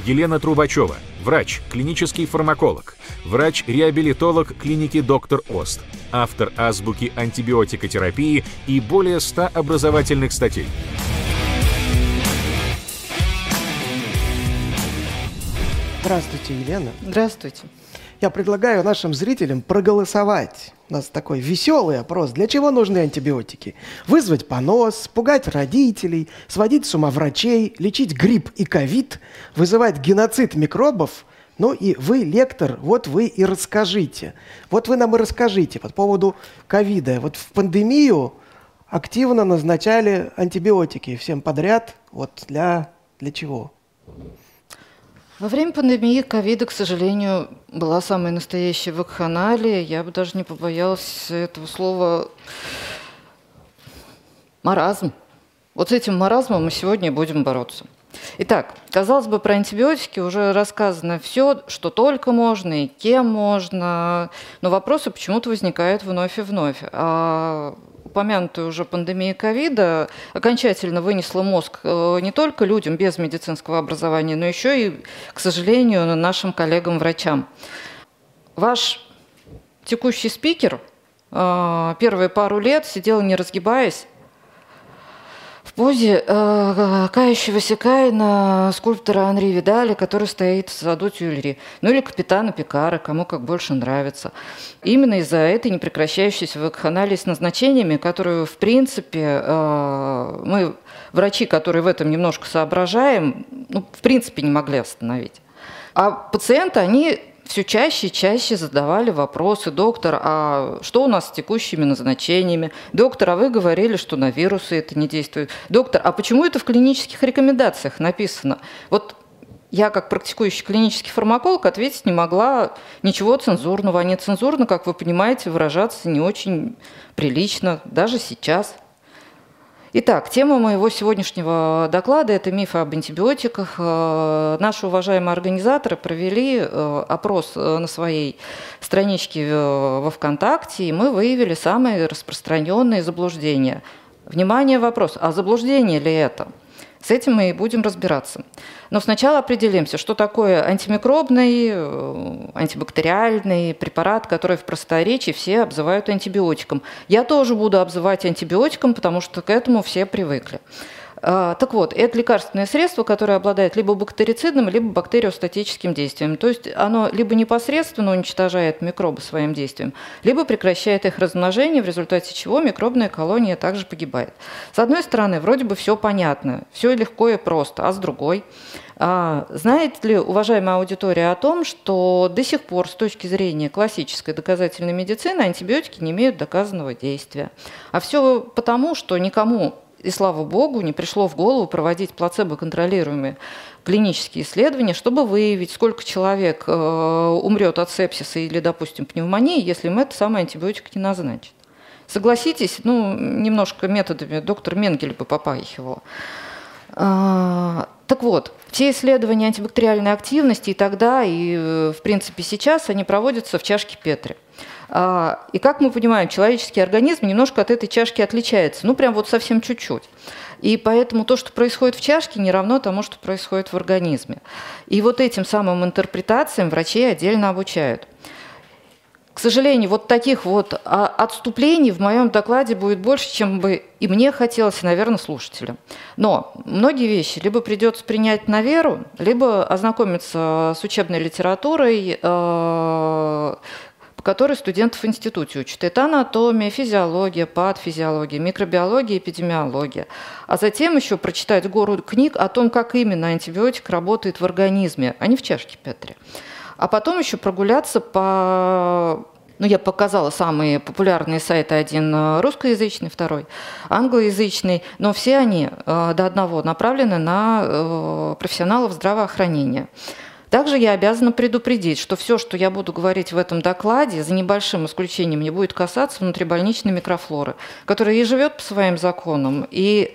Елена Трубачева, врач, клинический фармаколог, врач-реабилитолог клиники «Доктор Ост», автор азбуки антибиотикотерапии и более 100 образовательных статей. Здравствуйте, Елена. Здравствуйте. Я предлагаю нашим зрителям проголосовать. У нас такой веселый опрос. Для чего нужны антибиотики? Вызвать понос, пугать родителей, сводить с ума врачей, лечить грипп и ковид, вызывать геноцид микробов. Ну и вы, лектор, вот вы и расскажите. Вот вы нам и расскажите по поводу ковида. Вот в пандемию активно назначали антибиотики всем подряд. Вот для чего? Во время пандемии ковида, к сожалению, была самая настоящая вакханалия. Я бы даже не побоялась этого слова маразм. Вот с этим маразмом мы сегодня будем бороться. Итак, казалось бы, про антибиотики уже рассказано все, что только можно и кем можно, но вопросы почему-то возникают вновь и вновь. Упомянутая уже пандемия ковида окончательно вынесла мозг не только людям без медицинского образования, но еще и, к сожалению, нашим коллегам-врачам. Ваш текущий спикер первые пару лет сидел, не разгибаясь, в позе кающегося Каина скульптора Анри Видаля, который стоит в саду Тюильри. Ну или капитана Пикара, кому как больше нравится. Именно из-за этой непрекращающейся вакханалии с назначениями, которую, в принципе, мы, врачи, которые в этом немножко соображаем, в принципе, не могли остановить. А пациенты, они все чаще и чаще задавали вопросы: доктор, а что у нас с текущими назначениями? Доктор, а вы говорили, что на вирусы это не действует. Доктор, а почему это в клинических рекомендациях написано? Вот я, как практикующий клинический фармаколог, ответить не могла ничего цензурного. А нецензурно, как вы понимаете, выражаться не очень прилично, даже сейчас. Итак, тема моего сегодняшнего доклада – это мифы об антибиотиках. Наши уважаемые организаторы провели опрос на своей страничке во ВКонтакте, и мы выявили самые распространенные заблуждения. Внимание, вопрос: а заблуждение ли это? С этим мы и будем разбираться. Но сначала определимся, что такое антимикробный, антибактериальный препарат, который в просторечии все обзывают антибиотиком. Я тоже буду обзывать антибиотиком, потому что к этому все привыкли. Так вот, это лекарственное средство, которое обладает либо бактерицидным, либо бактериостатическим действием. То есть оно либо непосредственно уничтожает микробы своим действием, либо прекращает их размножение, в результате чего микробная колония также погибает. С одной стороны, вроде бы все понятно, все легко и просто, а с другой, знает ли уважаемая аудитория о том, что до сих пор с точки зрения классической доказательной медицины антибиотики не имеют доказанного действия? А все потому, что никому, и слава богу, не пришло в голову проводить плацебо-контролируемые клинические исследования, чтобы выявить, сколько человек умрет от сепсиса или, допустим, пневмонии, если им это самый антибиотик не назначит. Согласитесь, немножко методами доктор Менгель бы попахивал. Так вот, все исследования антибактериальной активности и тогда, и, в принципе, сейчас, они проводятся в чашке Петри. И, как мы понимаем, человеческий организм немножко от этой чашки отличается, прям вот совсем чуть-чуть. И поэтому то, что происходит в чашке, не равно тому, что происходит в организме. И вот этим самым интерпретациям врачей отдельно обучают. К сожалению, вот таких вот отступлений в моем докладе будет больше, чем бы и мне хотелось, и, наверное, слушателям. Но многие вещи либо придется принять на веру, либо ознакомиться с учебной литературой, по которой студентов в институте учат. Это анатомия, физиология, патофизиология, микробиология, эпидемиология. А затем еще прочитать гору книг о том, как именно антибиотик работает в организме, а не в чашке Петри. А потом еще прогуляться по... я показала самые популярные сайты. Один русскоязычный, второй англоязычный. Но все они до одного направлены на профессионалов здравоохранения. Также я обязана предупредить, что все, что я буду говорить в этом докладе, за небольшим исключением, не будет касаться внутрибольничной микрофлоры, которая и живет по своим законам, и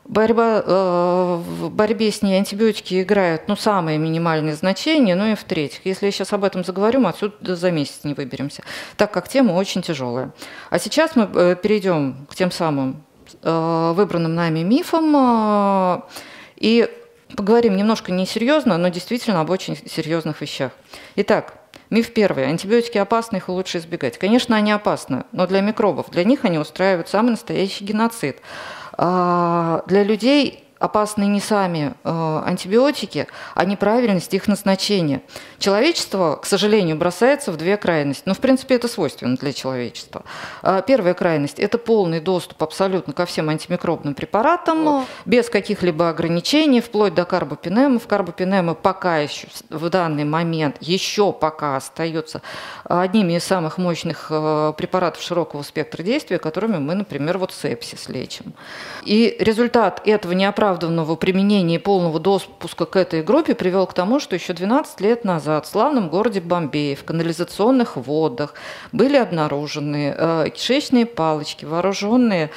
в борьбе с ней антибиотики играют самые минимальные значения, и в-третьих, если я сейчас об этом заговорю, мы отсюда за месяц не выберемся, так как тема очень тяжелая. А сейчас мы перейдем к тем самым выбранным нами мифам, и поговорим немножко несерьезно, но действительно об очень серьезных вещах. Итак, миф первый. Антибиотики опасны, их лучше избегать. Конечно, они опасны, но для микробов, для них они устраивают самый настоящий геноцид. А для людей опасны не сами антибиотики, а неправильность их назначения. Человечество, к сожалению, бросается в две крайности. Но, в принципе, это свойственно для человечества. Первая крайность – это полный доступ абсолютно ко всем антимикробным препаратам, без каких-либо ограничений, вплоть до карбапенемов. Карбапенемы пока еще, в данный момент, еще пока остаются одними из самых мощных препаратов широкого спектра действия, которыми мы, например, вот сепсис лечим. И результат этого неоправданного применения и полного допуска к этой группе привел к тому, что еще 12 лет назад в славном городе Бомбее в канализационных водах были обнаружены кишечные палочки, вооруженные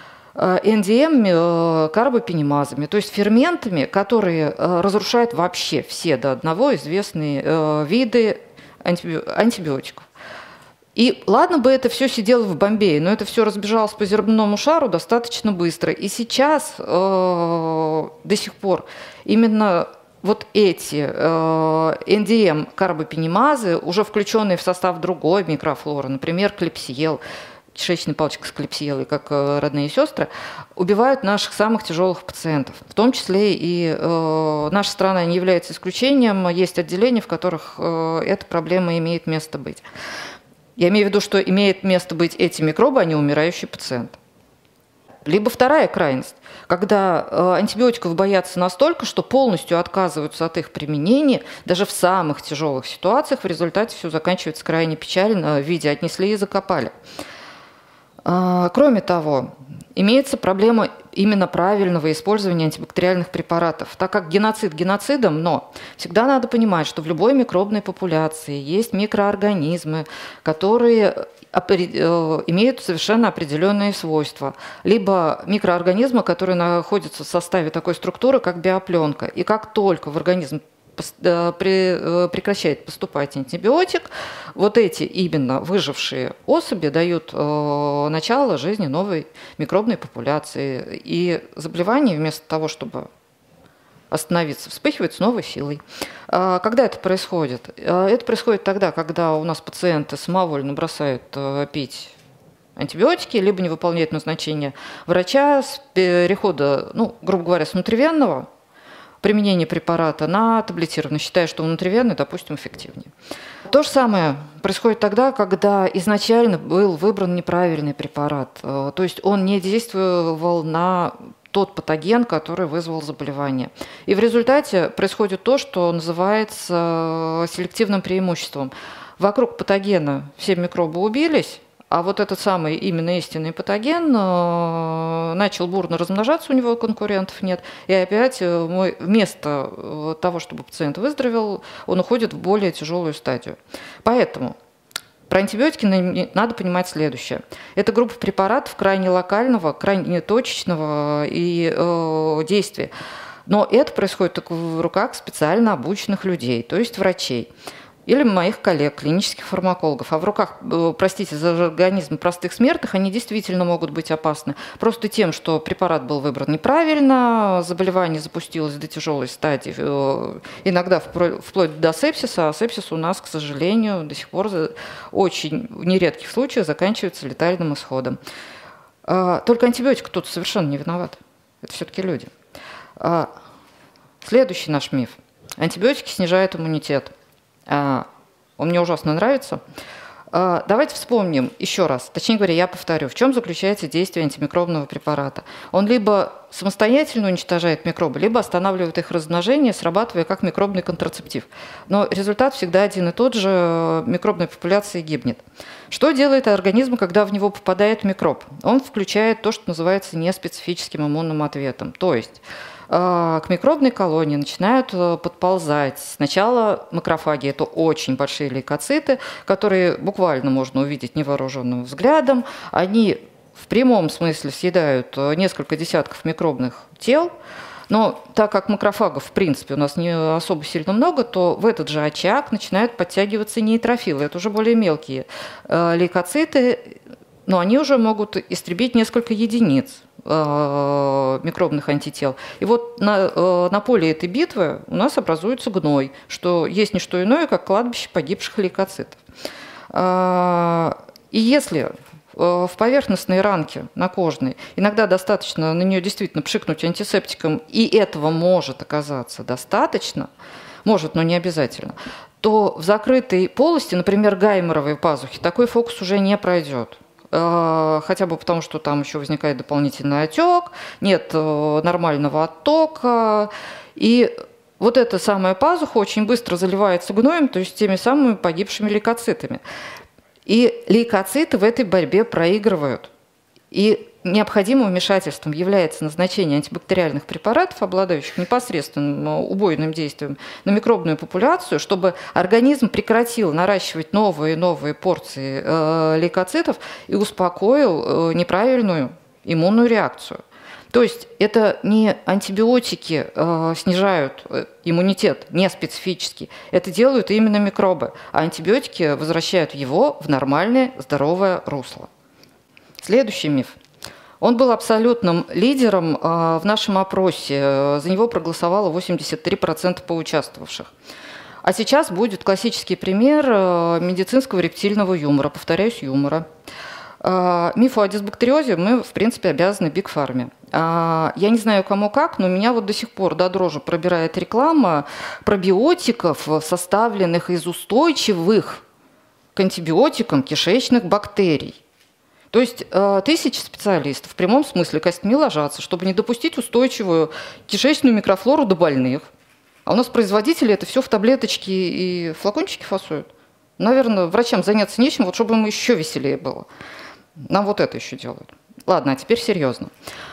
NDM карбопенемазами, то есть ферментами, которые разрушают вообще все до одного известные виды антибиотиков. И ладно бы это все сидело в Бомбее, но это все разбежалось по земному шару достаточно быстро. И сейчас до сих пор именно вот эти NDM карбопенемазы, уже включенные в состав другой микрофлоры, например, клепсиел, кишечная палочка с клепсиелой, как родные сестры, убивают наших самых тяжелых пациентов. В том числе и наша страна не является исключением. Есть отделения, в которых эта проблема имеет место быть. Я имею в виду, что имеет место быть эти микробы, а не умирающий пациент. Либо вторая крайность, когда антибиотиков боятся настолько, что полностью отказываются от их применения, даже в самых тяжелых ситуациях, в результате все заканчивается крайне печально в виде «отнесли и закопали». Кроме того, имеется проблема именно правильного использования антибактериальных препаратов, так как геноцид геноцидом, но всегда надо понимать, что в любой микробной популяции есть микроорганизмы, которые имеют совершенно определенные свойства. Либо микроорганизмы, которые находятся в составе такой структуры, как биопленка. И как только в организм прекращает поступать антибиотик, вот эти именно выжившие особи дают начало жизни новой микробной популяции. И заболевание вместо того, чтобы остановиться, вспыхивает с новой силой. Когда это происходит? Это происходит тогда, когда у нас пациенты самовольно бросают пить антибиотики, либо не выполняют назначение врача с перехода, грубо говоря, с внутривенного применение препарата на таблетированный, считая, что внутривенный, допустим, эффективнее. То же самое происходит тогда, когда изначально был выбран неправильный препарат, то есть он не действовал на тот патоген, который вызвал заболевание. И в результате происходит то, что называется селективным преимуществом. Вокруг патогена все микробы убились, а вот этот самый именно истинный патоген начал бурно размножаться, у него конкурентов нет, и опять вместо того, чтобы пациент выздоровел, он уходит в более тяжелую стадию. Поэтому про антибиотики надо понимать следующее. Это группа препаратов крайне локального, крайне точечного и действия. Но это происходит только в руках специально обученных людей, то есть врачей. Или моих коллег, клинических фармакологов. А в руках, простите за организм простых смертных, они действительно могут быть опасны. Просто тем, что препарат был выбран неправильно, заболевание запустилось до тяжелой стадии, иногда вплоть до сепсиса, а сепсис у нас, к сожалению, до сих пор очень в нередких случаях заканчивается летальным исходом. Только антибиотик тут совершенно не виноват. Это все-таки люди. Следующий наш миф. Антибиотики снижают иммунитет. Он мне ужасно нравится. Давайте вспомним еще раз, точнее говоря, я повторю, в чем заключается действие антимикробного препарата. Он либо самостоятельно уничтожает микробы, либо останавливает их размножение, срабатывая как микробный контрацептив. Но результат всегда один и тот же, микробная популяция гибнет. Что делает организм, когда в него попадает микроб? Он включает то, что называется неспецифическим иммунным ответом. То есть к микробной колонии начинают подползать сначала макрофаги, это очень большие лейкоциты, которые буквально можно увидеть невооруженным взглядом. Они в прямом смысле съедают несколько десятков микробных тел, но так как макрофагов в принципе у нас не особо сильно много, то в этот же очаг начинают подтягиваться нейтрофилы, это уже более мелкие лейкоциты, но они уже могут истребить несколько единиц микробных антител. И вот на поле этой битвы у нас образуется гной, что есть не что иное, как кладбище погибших лейкоцитов. И если в поверхностной ранке накожной иногда достаточно на нее действительно пшикнуть антисептиком, и этого может оказаться достаточно, может, но не обязательно, то в закрытой полости, например, гайморовой пазухи, такой фокус уже не пройдет. Хотя бы потому, что там еще возникает дополнительный отек, нет нормального оттока, и вот эта самая пазуха очень быстро заливается гноем, то есть теми самыми погибшими лейкоцитами. И лейкоциты в этой борьбе проигрывают. И необходимым вмешательством является назначение антибактериальных препаратов, обладающих непосредственным убойным действием на микробную популяцию, чтобы организм прекратил наращивать новые и новые порции лейкоцитов и успокоил неправильную иммунную реакцию. То есть это не антибиотики снижают иммунитет, не специфический. Это делают именно микробы, а антибиотики возвращают его в нормальное, здоровое русло. Следующий миф. Он был абсолютным лидером в нашем опросе. За него проголосовало 83% поучаствовавших. А сейчас будет классический пример медицинского рептильного юмора, повторяюсь, юмора. Мифу о дисбактериозе мы, в принципе, обязаны Big Pharma. Я не знаю, кому как, но меня вот до сих пор до дрожи пробирает реклама пробиотиков, составленных из устойчивых к антибиотикам кишечных бактерий. То есть тысячи специалистов в прямом смысле костьми ложатся, чтобы не допустить устойчивую кишечную микрофлору до больных. А у нас производители это все в таблеточки и флакончики фасуют. Наверное, врачам заняться нечем, вот чтобы им еще веселее было. Нам вот это еще делают. Ладно, а теперь серьезно.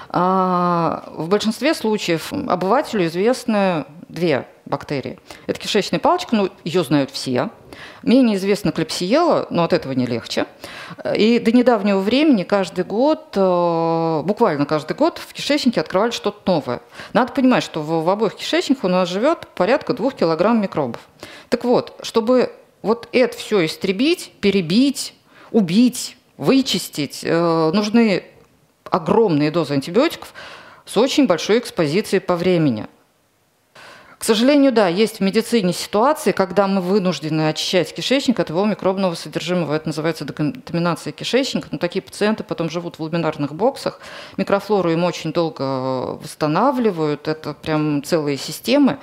В большинстве случаев обывателю известны две бактерии. Это кишечная палочка, ну, ее знают все. Менее известна клепсиела, но от этого не легче. И до недавнего времени каждый год, буквально каждый год в кишечнике открывали что-то новое. Надо понимать, что в обоих кишечниках у нас живет порядка 2 килограмм микробов. Так вот, чтобы вот это все истребить, перебить, убить, вычистить, нужны огромные дозы антибиотиков с очень большой экспозицией по времени. К сожалению, да, есть в медицине ситуации, когда мы вынуждены очищать кишечник от его микробного содержимого. Это называется деконтаминация кишечника. Но такие пациенты потом живут в ламинарных боксах. Микрофлору им очень долго восстанавливают. Это прям целые системы.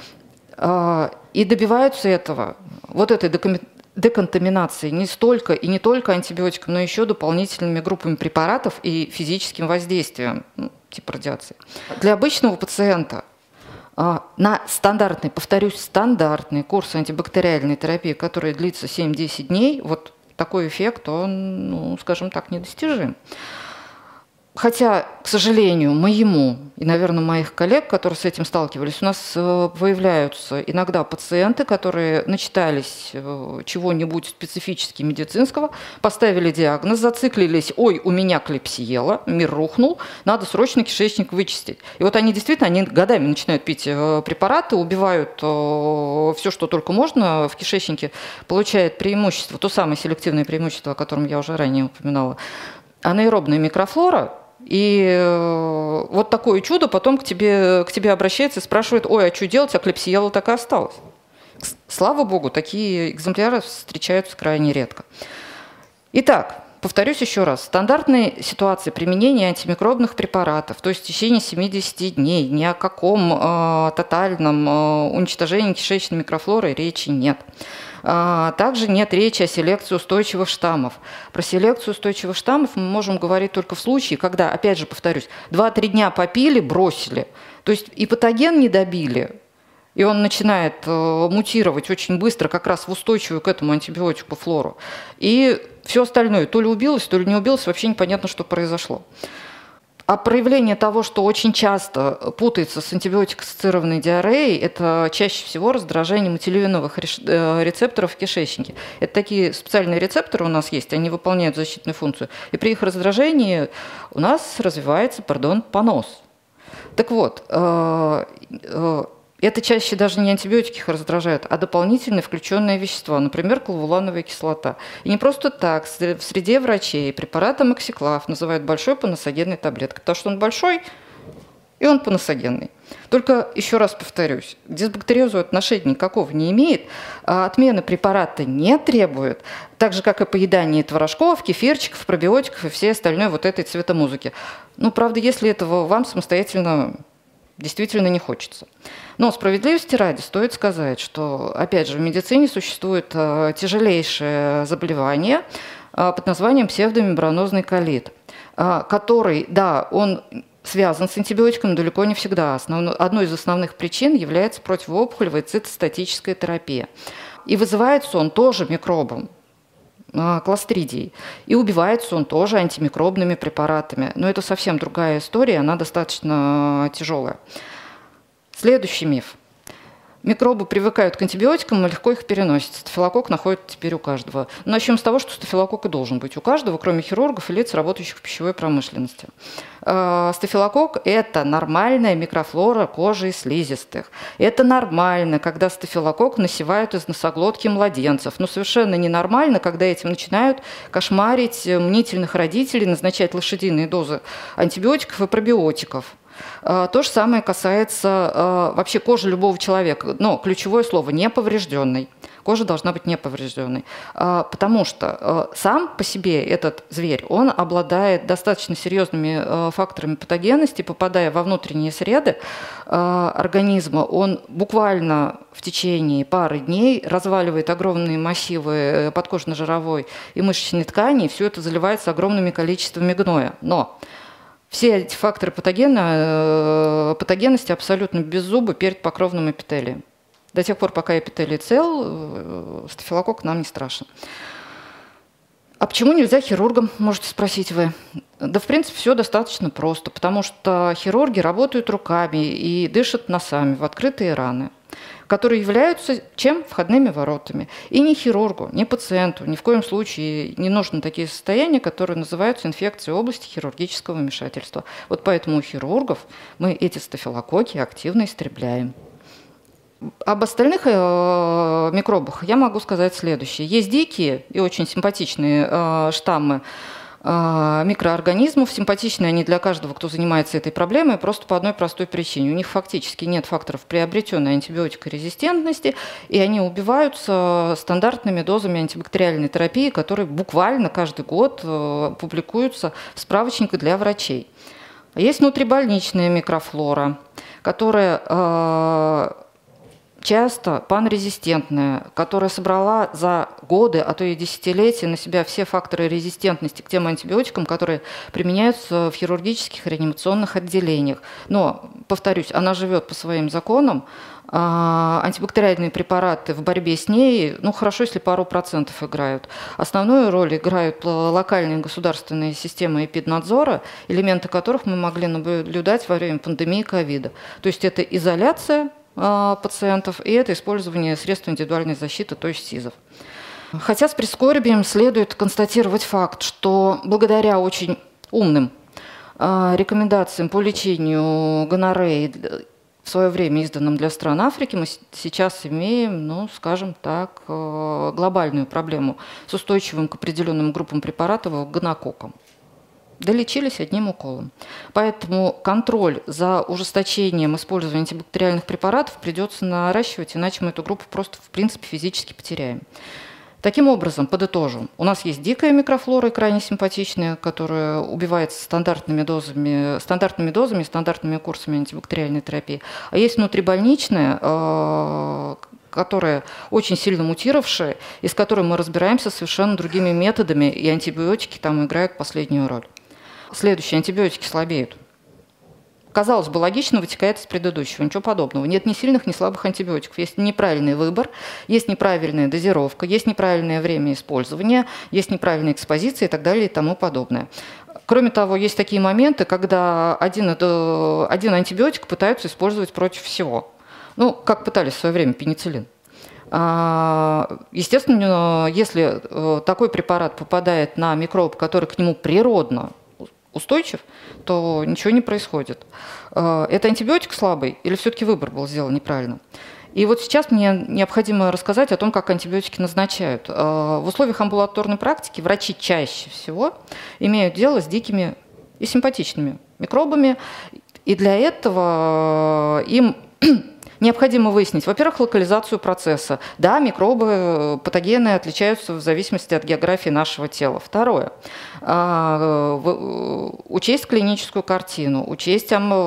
И добиваются этого, вот этой деконтаминации не столько и не только антибиотиком, но еще дополнительными группами препаратов и физическим воздействием, типа радиации. Для обычного пациента на стандартный, повторюсь, стандартный курс антибактериальной терапии, который длится 7-10 дней, вот такой эффект, он, ну, скажем так, недостижим. Хотя, к сожалению, моему и, наверное, моих коллег, которые с этим сталкивались, у нас появляются иногда пациенты, которые начитались чего-нибудь специфически медицинского, поставили диагноз, зациклились: ой, у меня клепсиела, мир рухнул, надо срочно кишечник вычистить. И вот они действительно, они годами начинают пить препараты, убивают все, что только можно в кишечнике, получает преимущество, то самое селективное преимущество, о котором я уже ранее упоминала, анаэробная микрофлора. И вот такое чудо потом к тебе обращается и спрашивает: ой, а что делать, а клепсиела так и осталась. Слава богу, такие экземпляры встречаются крайне редко. Итак, повторюсь еще раз, стандартные ситуации применения антимикробных препаратов, то есть в течение 70 дней, ни о каком тотальном уничтожении кишечной микрофлоры речи нет. Также нет речи о селекции устойчивых штаммов. Про селекцию устойчивых штаммов мы можем говорить только в случае, когда, опять же повторюсь, 2-3 дня попили, бросили, то есть и патоген не добили, и он начинает мутировать очень быстро как раз в устойчивую к этому антибиотику флору. И все остальное то ли убилось, то ли не убилось, вообще непонятно, что произошло. А проявление того, что очень часто путается с антибиотикоассоциированной диареей, это чаще всего раздражение мотилиновых рецепторов в кишечнике. Это такие специальные рецепторы у нас есть, они выполняют защитную функцию. И при их раздражении у нас развивается, понос. Так вот, Это чаще даже не антибиотики их раздражают, а дополнительные включенные вещества, например, клавулановая кислота. И не просто так. В среде врачей препарат амоксиклав называют большой паносогенной таблеткой, потому что он большой и он паносогенный. Только, еще раз повторюсь, к дисбактериозу отношения никакого не имеет, а отмены препарата не требует, так же, как и поедание творожков, кефирчиков, пробиотиков и всей остальной вот этой цветомузыки. Ну, правда, если этого вам самостоятельно действительно не хочется. Но справедливости ради стоит сказать, что, опять же, в медицине существует тяжелейшее заболевание под названием псевдомембранозный колит, который, да, он связан с антибиотиком, но далеко не всегда. Одной из основных причин является противоопухолевая цитостатическая терапия. И вызывается он тоже микробом, кластридией. И убивается он тоже антимикробными препаратами. Но это совсем другая история, она достаточно тяжелая. Следующий миф. Микробы привыкают к антибиотикам и легко их переносят. Стафилококк находится теперь у каждого. Начнем с того, что стафилококк и должен быть у каждого, кроме хирургов и лиц, работающих в пищевой промышленности. Стафилококк – это нормальная микрофлора кожи и слизистых. Это нормально, когда стафилококк насевают из носоглотки младенцев. Но совершенно ненормально, когда этим начинают кошмарить мнительных родителей, назначать лошадиные дозы антибиотиков и пробиотиков. То же самое касается вообще кожи любого человека. Но ключевое слово – неповрежденной. Кожа должна быть неповрежденной. Потому что сам по себе этот зверь, он обладает достаточно серьезными факторами патогенности. Попадая во внутренние среды организма, он буквально в течение пары дней разваливает огромные массивы подкожно-жировой и мышечной ткани, и все это заливается огромными количествами гноя. Но все эти факторы патогенности абсолютно беззубы перед покровным эпителием. До тех пор, пока эпителий цел, стафилококк нам не страшен. А почему нельзя хирургам, можете спросить вы? Да, в принципе, все достаточно просто, потому что хирурги работают руками и дышат носами в открытые раны, которые являются чем? Входными воротами. И ни хирургу, ни пациенту ни в коем случае не нужны такие состояния, которые называются инфекцией области хирургического вмешательства. Вот поэтому у хирургов мы эти стафилококки активно истребляем. Об остальных микробах я могу сказать следующее. Есть дикие и очень симпатичные штаммы микроорганизмов. Симпатичны они для каждого, кто занимается этой проблемой, просто по одной простой причине. У них фактически нет факторов приобретенной антибиотикорезистентности, и они убиваются стандартными дозами антибактериальной терапии, которые буквально каждый год публикуются в справочниках для врачей. Есть внутрибольничная микрофлора, которая часто панрезистентная, которая собрала за годы, а то и десятилетия на себя все факторы резистентности к тем антибиотикам, которые применяются в хирургических реанимационных отделениях. Но, повторюсь, она живет по своим законам. Антибактериальные препараты в борьбе с ней, ну, хорошо, если пару процентов играют. Основную роль играют локальные государственные системы эпиднадзора, элементы которых мы могли наблюдать во время пандемии ковида. То есть это изоляция пациентов, и это использование средств индивидуальной защиты, то есть СИЗов. Хотя с прискорбием следует констатировать факт, что благодаря очень умным рекомендациям по лечению гонореи, в свое время изданным для стран Африки, мы сейчас имеем, ну, скажем так, глобальную проблему с устойчивым к определенным группам препаратов гонококком. Долечились одним уколом. Поэтому контроль за ужесточением использования антибактериальных препаратов придется наращивать, иначе мы эту группу просто, в принципе, физически потеряем. Таким образом, подытожу, у нас есть дикая микрофлора, крайне симпатичная, которая убивается стандартными дозами, стандартными курсами антибактериальной терапии. А есть внутрибольничная, которая очень сильно мутировавшая, и с которой мы разбираемся совершенно другими методами, и антибиотики там играют последнюю роль. Следующие антибиотики слабеют. Казалось бы, логично вытекает из предыдущего. Ничего подобного. Нет ни сильных, ни слабых антибиотиков. Есть неправильный выбор, есть неправильная дозировка, есть неправильное время использования, есть неправильная экспозиция и так далее и тому подобное. Кроме того, есть такие моменты, когда один антибиотик пытаются использовать против всего. Ну, как пытались в свое время пенициллин. Естественно, если такой препарат попадает на микроб, который к нему природно устойчив, то ничего не происходит. Это антибиотик слабый или все-таки выбор был сделан неправильно? И вот сейчас мне необходимо рассказать о том, как антибиотики назначают. В условиях амбулаторной практики врачи чаще всего имеют дело с дикими и симпатичными микробами, и для этого им необходимо выяснить, во-первых, локализацию процесса. Да, микробы патогены отличаются в зависимости от географии нашего тела. Второе. Учесть клиническую картину, учесть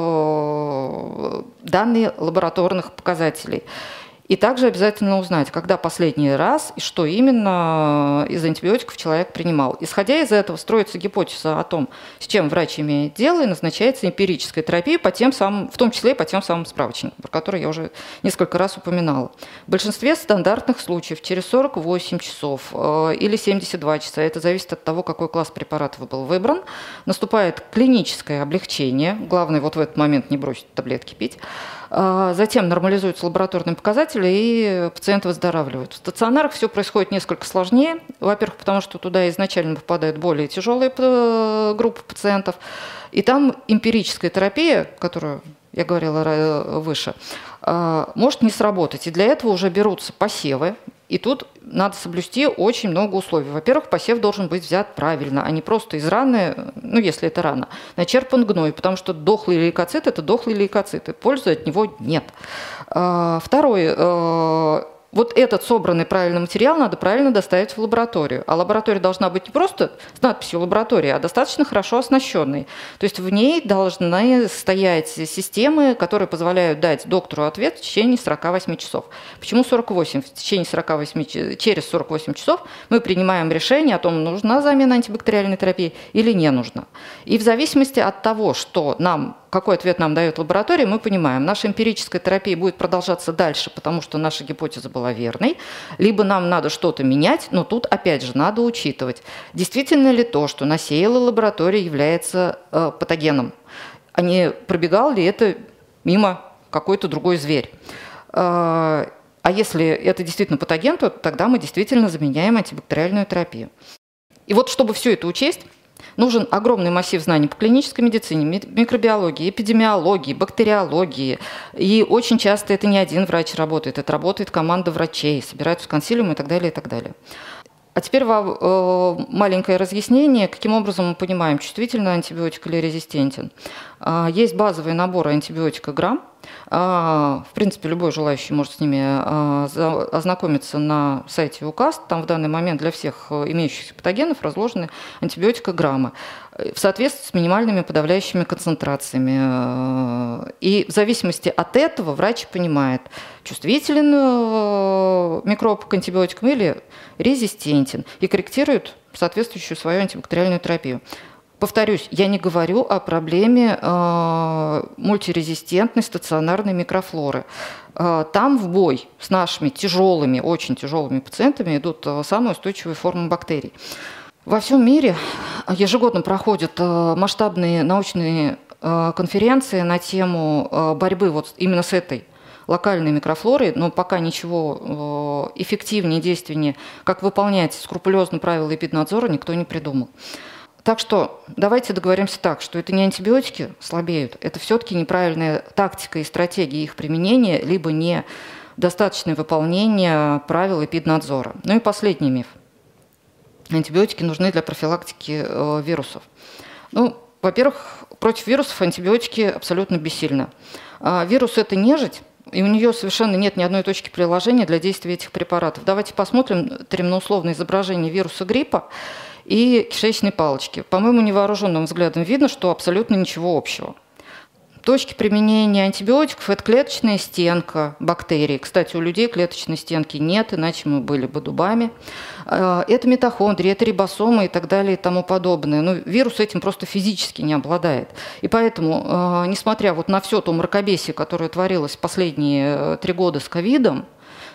данные лабораторных показателей. И также обязательно узнать, когда последний раз и что именно из антибиотиков человек принимал. Исходя из этого, строится гипотеза о том, с чем врач имеет дело, и назначается эмпирическая терапия, в том числе и по тем самым справочникам, про которые я уже несколько раз упоминала. В большинстве стандартных случаев через 48 часов или 72 часа, это зависит от того, какой класс препаратов был выбран, наступает клиническое облегчение. Главное вот в этот момент не бросить таблетки пить. Затем нормализуются лабораторные показатели, и пациенты выздоравливают. В стационарах все происходит несколько сложнее. Во-первых, потому что туда изначально попадают более тяжелые группы пациентов. И там эмпирическая терапия, которую я говорила выше, может не сработать. И для этого уже берутся посевы. И тут надо соблюсти очень много условий. Во-первых, посев должен быть взят правильно, а не просто из раны, если это рана, начерпан гной, потому что дохлый лейкоцит – это дохлый лейкоцит, и пользы от него нет. Второе. Вот этот собранный правильный материал надо правильно доставить в лабораторию. А лаборатория должна быть не просто с надписью «лаборатория», а достаточно хорошо оснащенной. То есть в ней должны стоять системы, которые позволяют дать доктору ответ в течение 48 часов. Почему 48? Через 48 часов мы принимаем решение о том, нужна замена антибактериальной терапии или не нужна. И в зависимости от того, какой ответ нам дает лаборатория, мы понимаем, наша эмпирическая терапия будет продолжаться дальше, потому что наша гипотеза была верной, либо нам надо что-то менять, но тут, опять же, надо учитывать, действительно ли то, что насеяла лаборатория, является патогеном, а не пробегал ли это мимо какой-то другой зверь. А если это действительно патоген, то тогда мы действительно заменяем антибактериальную терапию. И вот чтобы все это учесть, нужен огромный массив знаний по клинической медицине, микробиологии, эпидемиологии, бактериологии. И очень часто это не один врач работает, это работает команда врачей, собираются консилиумы и так далее, и так далее. А теперь маленькое разъяснение, каким образом мы понимаем, чувствительный антибиотик или резистентен. Есть базовые наборы антибиотика грамм. В принципе, любой желающий может с ними ознакомиться на сайте УКАС. Там в данный момент для всех имеющихся патогенов разложены антибиотикограммы в соответствии с минимальными подавляющими концентрациями. И в зависимости от этого врач понимает, чувствителен микроб к антибиотикам или резистентен, и корректирует соответствующую свою антибактериальную терапию. Повторюсь, я не говорю о проблеме мультирезистентной стационарной микрофлоры. Там в бой с нашими тяжелыми, очень тяжелыми пациентами идут самые устойчивые формы бактерий. Во всем мире ежегодно проходят масштабные научные конференции на тему борьбы вот именно с этой локальной микрофлорой, но пока ничего эффективнее, действеннее, как выполнять скрупулезно правила эпиднадзора, никто не придумал. Так что давайте договоримся так, что это не антибиотики слабеют, это все-таки неправильная тактика и стратегия их применения, либо недостаточное выполнение правил эпиднадзора. Ну и последний миф. Антибиотики нужны для профилактики вирусов. Во-первых, против вирусов антибиотики абсолютно бессильны. Вирус – это нежить, и у нее совершенно нет ни одной точки приложения для действия этих препаратов. Давайте посмотрим терминоусловное изображение вируса гриппа и кишечной палочки. По моему невооруженным взглядам видно, что абсолютно ничего общего. Точки применения антибиотиков – это клеточная стенка бактерий. Кстати, у людей клеточной стенки нет, иначе мы были бы дубами. Это митохондрии, это рибосомы и так далее и тому подобное. Но вирус этим просто физически не обладает. И поэтому, несмотря вот на все то мракобесие, которое творилось последние 3 года с ковидом,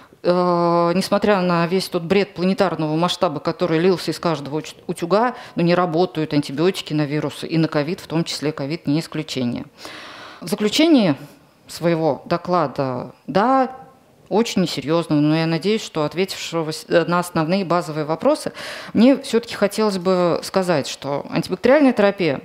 несмотря на весь тот бред планетарного масштаба, который лился из каждого утюга, не работают антибиотики на вирусы, и на ковид, в том числе ковид, не исключение. В заключении своего доклада, да, очень несерьезного, но я надеюсь, что ответившего на основные базовые вопросы, мне все-таки хотелось бы сказать, что антибактериальная терапия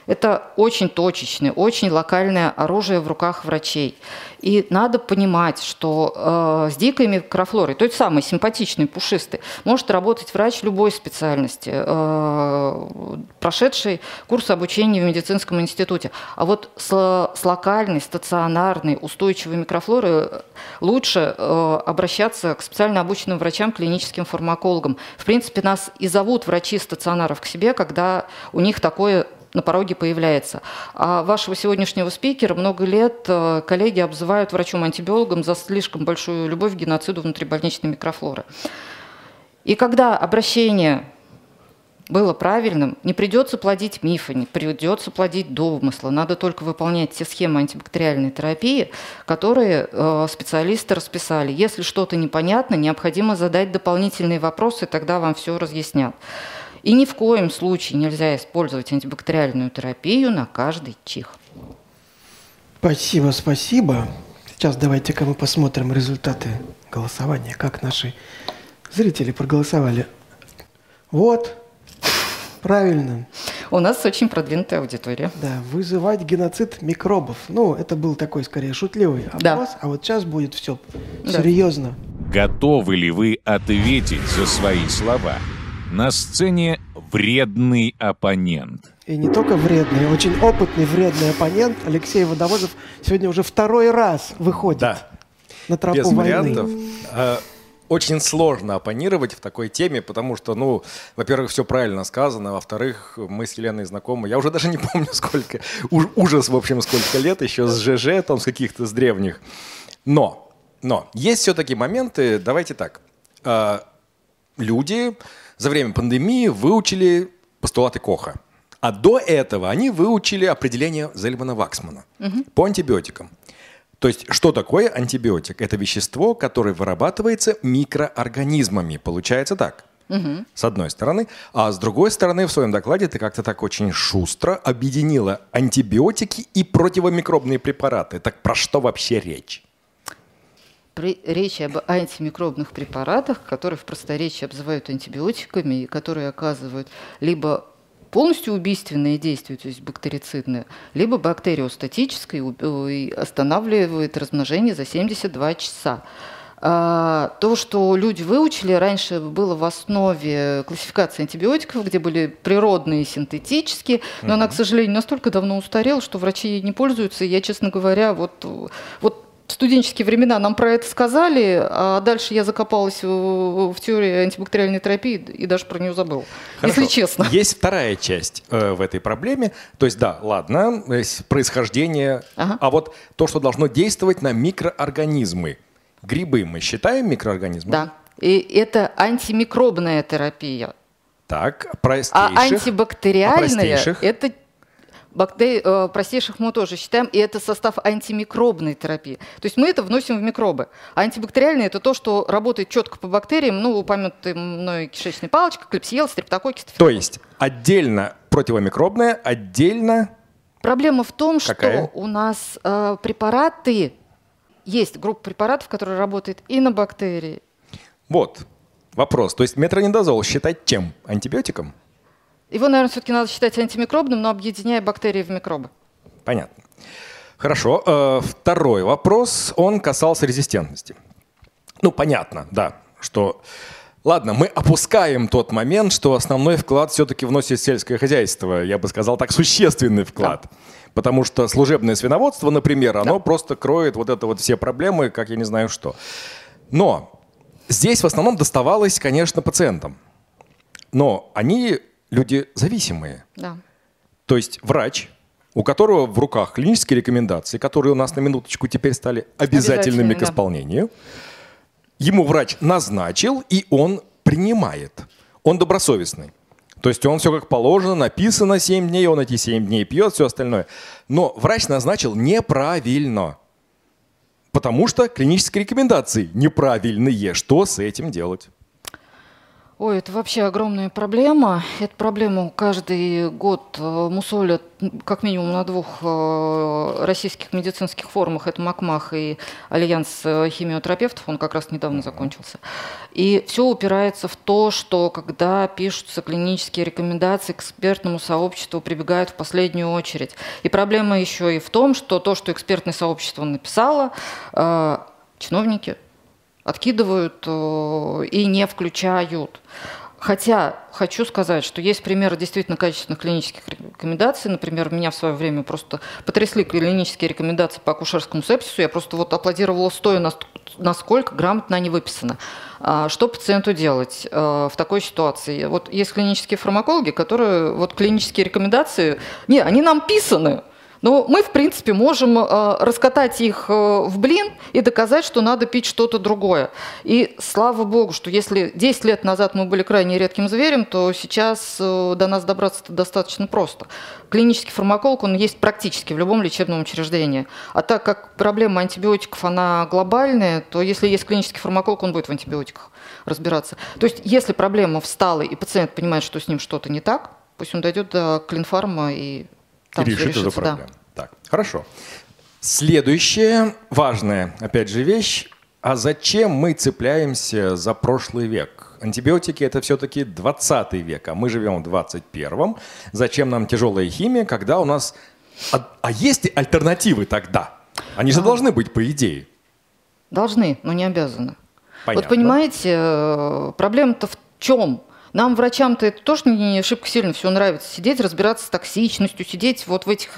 Это очень точечное, очень локальное оружие в руках врачей. И надо понимать, что с дикой микрофлорой, той самой симпатичной, пушистой, может работать врач любой специальности, прошедший курс обучения в медицинском институте. А вот с локальной, стационарной, устойчивой микрофлорой лучше обращаться к специально обученным врачам, клиническим фармакологам. В принципе, нас и зовут врачи стационаров к себе, когда у них такое на пороге появляется. А вашего сегодняшнего спикера много лет коллеги обзывают врачом-антибиологом за слишком большую любовь к геноциду внутрибольничной микрофлоры. И когда обращение было правильным, не придется плодить мифы, не придется плодить домыслы. Надо только выполнять те схемы антибактериальной терапии, которые специалисты расписали. Если что-то непонятно, необходимо задать дополнительные вопросы, тогда вам все разъяснят. И ни в коем случае нельзя использовать антибактериальную терапию на каждый чих. Спасибо, спасибо. Сейчас давайте-ка мы посмотрим результаты голосования, как наши зрители проголосовали. Вот, правильно. У нас очень продвинутая аудитория. Да, вызывать геноцид микробов. Ну, это был такой, скорее, шутливый опрос, да. А вот сейчас будет все серьезно. Готовы ли вы ответить за свои слова? На сцене вредный оппонент. И не только вредный, очень опытный вредный оппонент Алексей Водовозов сегодня уже второй раз выходит на тропу без войны. Вариантов. Очень сложно оппонировать в такой теме, потому что, во-первых, все правильно сказано, во-вторых, мы с Еленой знакомы. Я уже даже не помню, сколько, ужас, в общем, сколько лет, еще с ЖЖ, там, с каких-то, с древних. Но есть все-таки моменты, давайте так, люди за время пандемии выучили постулаты Коха. А до этого они выучили определение Зельмана-Ваксмана по антибиотикам. То есть, что такое антибиотик? Это вещество, которое вырабатывается микроорганизмами. Получается так, с одной стороны. А с другой стороны, в своем докладе ты как-то так очень шустро объединила антибиотики и противомикробные препараты. Так про что вообще речь? Речь об антимикробных препаратах, которые в просторечии обзывают антибиотиками, и которые оказывают либо полностью убийственные действия, то есть бактерицидные, либо бактериостатическое и останавливает размножение за 72 часа. То, что люди выучили, раньше было в основе классификации антибиотиков, где были природные и синтетические, но она, к сожалению, настолько давно устарела, что врачи ей не пользуются. И я, честно говоря, вот в студенческие времена нам про это сказали, а дальше я закопалась в теории антибактериальной терапии и даже про нее забыла, если честно. Есть вторая часть в этой проблеме. То есть, да, ладно, происхождение, а вот то, что должно действовать на микроорганизмы. Грибы мы считаем микроорганизмами? Да, и это антимикробная терапия. Так, простейших. А антибактериальная – это простейших мы тоже считаем, и это состав антимикробной терапии. То есть мы это вносим в микробы. А антибактериальное – это то, что работает четко по бактериям, упомянутые мной кишечная палочка, клепсиел, стрептококки. То есть отдельно противомикробное, отдельно… Проблема в том, что у нас препараты, есть группа препаратов, которые работают и на бактерии. Вот вопрос. То есть метронидазол считать чем? Антибиотиком? Его, наверное, все-таки надо считать антимикробным, но объединяя бактерии в микробы. Понятно. Хорошо. Второй вопрос, он касался резистентности. Понятно, да, что… Ладно, мы опускаем тот момент, что основной вклад все-таки вносит сельское хозяйство. Я бы сказал так, существенный вклад. Да. Потому что служебное свиноводство, например, оно просто кроет все проблемы, как я не знаю что. Но здесь в основном доставалось, конечно, пациентам. Но они… люди зависимые. Да. То есть врач, у которого в руках клинические рекомендации, которые у нас на минуточку теперь стали обязательными к исполнению, ему врач назначил, и он принимает. Он добросовестный. То есть он все как положено, написано 7 дней, он эти 7 дней пьет, все остальное. Но врач назначил неправильно. Потому что клинические рекомендации неправильные. Что с этим делать? Ой, это вообще огромная проблема. Эту проблему каждый год мусолят как минимум на 2 российских медицинских форумах. Это МакМах и Альянс химиотерапевтов. Он как раз недавно закончился. И все упирается в то, что когда пишутся клинические рекомендации, к экспертному сообществу прибегают в последнюю очередь. И проблема еще и в том, что то, что экспертное сообщество написало, чиновники откидывают и не включают. Хотя хочу сказать, что есть примеры действительно качественных клинических рекомендаций. Например, меня в свое время просто потрясли клинические рекомендации по акушерскому сепсису. Я просто вот аплодировала стоя, насколько грамотно они выписаны. Что пациенту делать в такой ситуации? Вот есть клинические фармакологи, которые вот клинические рекомендации, они нам писаны. Но мы, в принципе, можем раскатать их в блин и доказать, что надо пить что-то другое. И слава богу, что если 10 лет назад мы были крайне редким зверем, то сейчас до нас добраться достаточно просто. Клинический фармаколог, он есть практически в любом лечебном учреждении. А так как проблема антибиотиков, она глобальная, то если есть клинический фармаколог, он будет в антибиотиках разбираться. То есть если проблема встала, и пациент понимает, что с ним что-то не так, пусть он дойдет до клинфарма и там решит эту проблему. Да. Так, хорошо. Следующая важная, опять же, вещь. А зачем мы цепляемся за прошлый век? Антибиотики – это все-таки 20 век, а мы живем в 21-м. Зачем нам тяжелая химия, когда у нас… А есть альтернативы тогда? Они же должны быть, по идее. Должны, но не обязаны. Понятно. Вот понимаете, проблема-то в чем? Нам, врачам-то, это тоже не шибко сильно все нравится. Сидеть, разбираться с токсичностью, сидеть вот в этих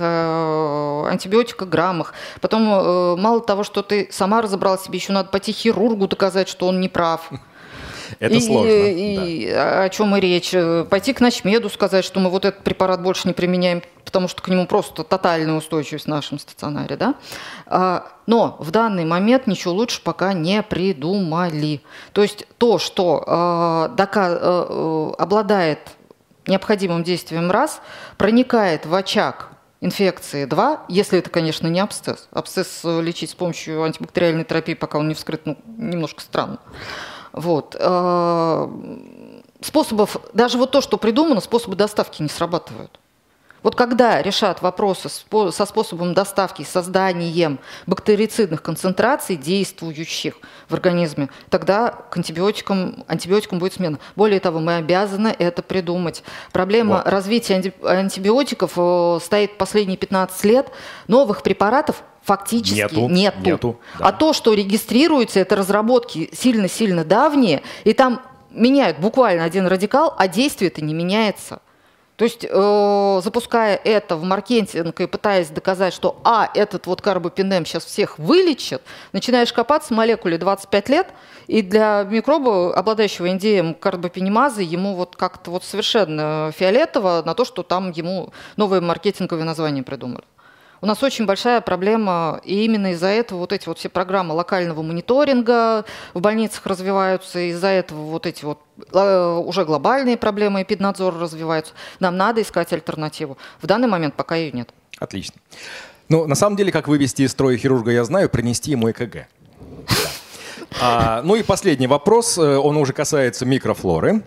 антибиотикограммах. Потом мало того, что ты сама разобрала себе, еще надо пойти хирургу доказать, что он не прав. Это сложно. О чем и речь. Пойти к начмеду сказать, что мы вот этот препарат больше не применяем, потому что к нему просто тотальная устойчивость в нашем стационаре. Да? Но в данный момент ничего лучше пока не придумали. То есть то, что обладает необходимым действием раз, проникает в очаг инфекции 2, если это, конечно, не абсцесс. Абсцесс лечить с помощью антибактериальной терапии, пока он не вскрыт, немножко странно. Вот. Способов, даже вот то, что придумано, способы доставки не срабатывают. Вот когда решат вопросы со способом доставки и созданием бактерицидных концентраций, действующих в организме, тогда к антибиотикам будет смена. Более того, мы обязаны это придумать. Проблема развития антибиотиков стоит последние 15 лет. Новых препаратов фактически нету. Да. А то, что регистрируется, это разработки сильно-сильно давние, и там меняют буквально один радикал, а действие-то не меняется. То есть, запуская это в маркетинг и пытаясь доказать, что этот вот карбопинем сейчас всех вылечит, начинаешь копаться в молекуле 25 лет, и для микроба, обладающего индеем карбопинемазы, ему вот как-то вот совершенно фиолетово на то, что там ему новое маркетинговое название придумали. У нас очень большая проблема, и именно из-за этого вот эти вот все программы локального мониторинга в больницах развиваются, из-за этого вот эти вот уже глобальные проблемы эпиднадзора развиваются. Нам надо искать альтернативу. В данный момент пока ее нет. Отлично. Ну, на самом деле, как вывести из строя хирурга, я знаю, принести ему ЭКГ. Ну и последний вопрос, он уже касается микрофлоры.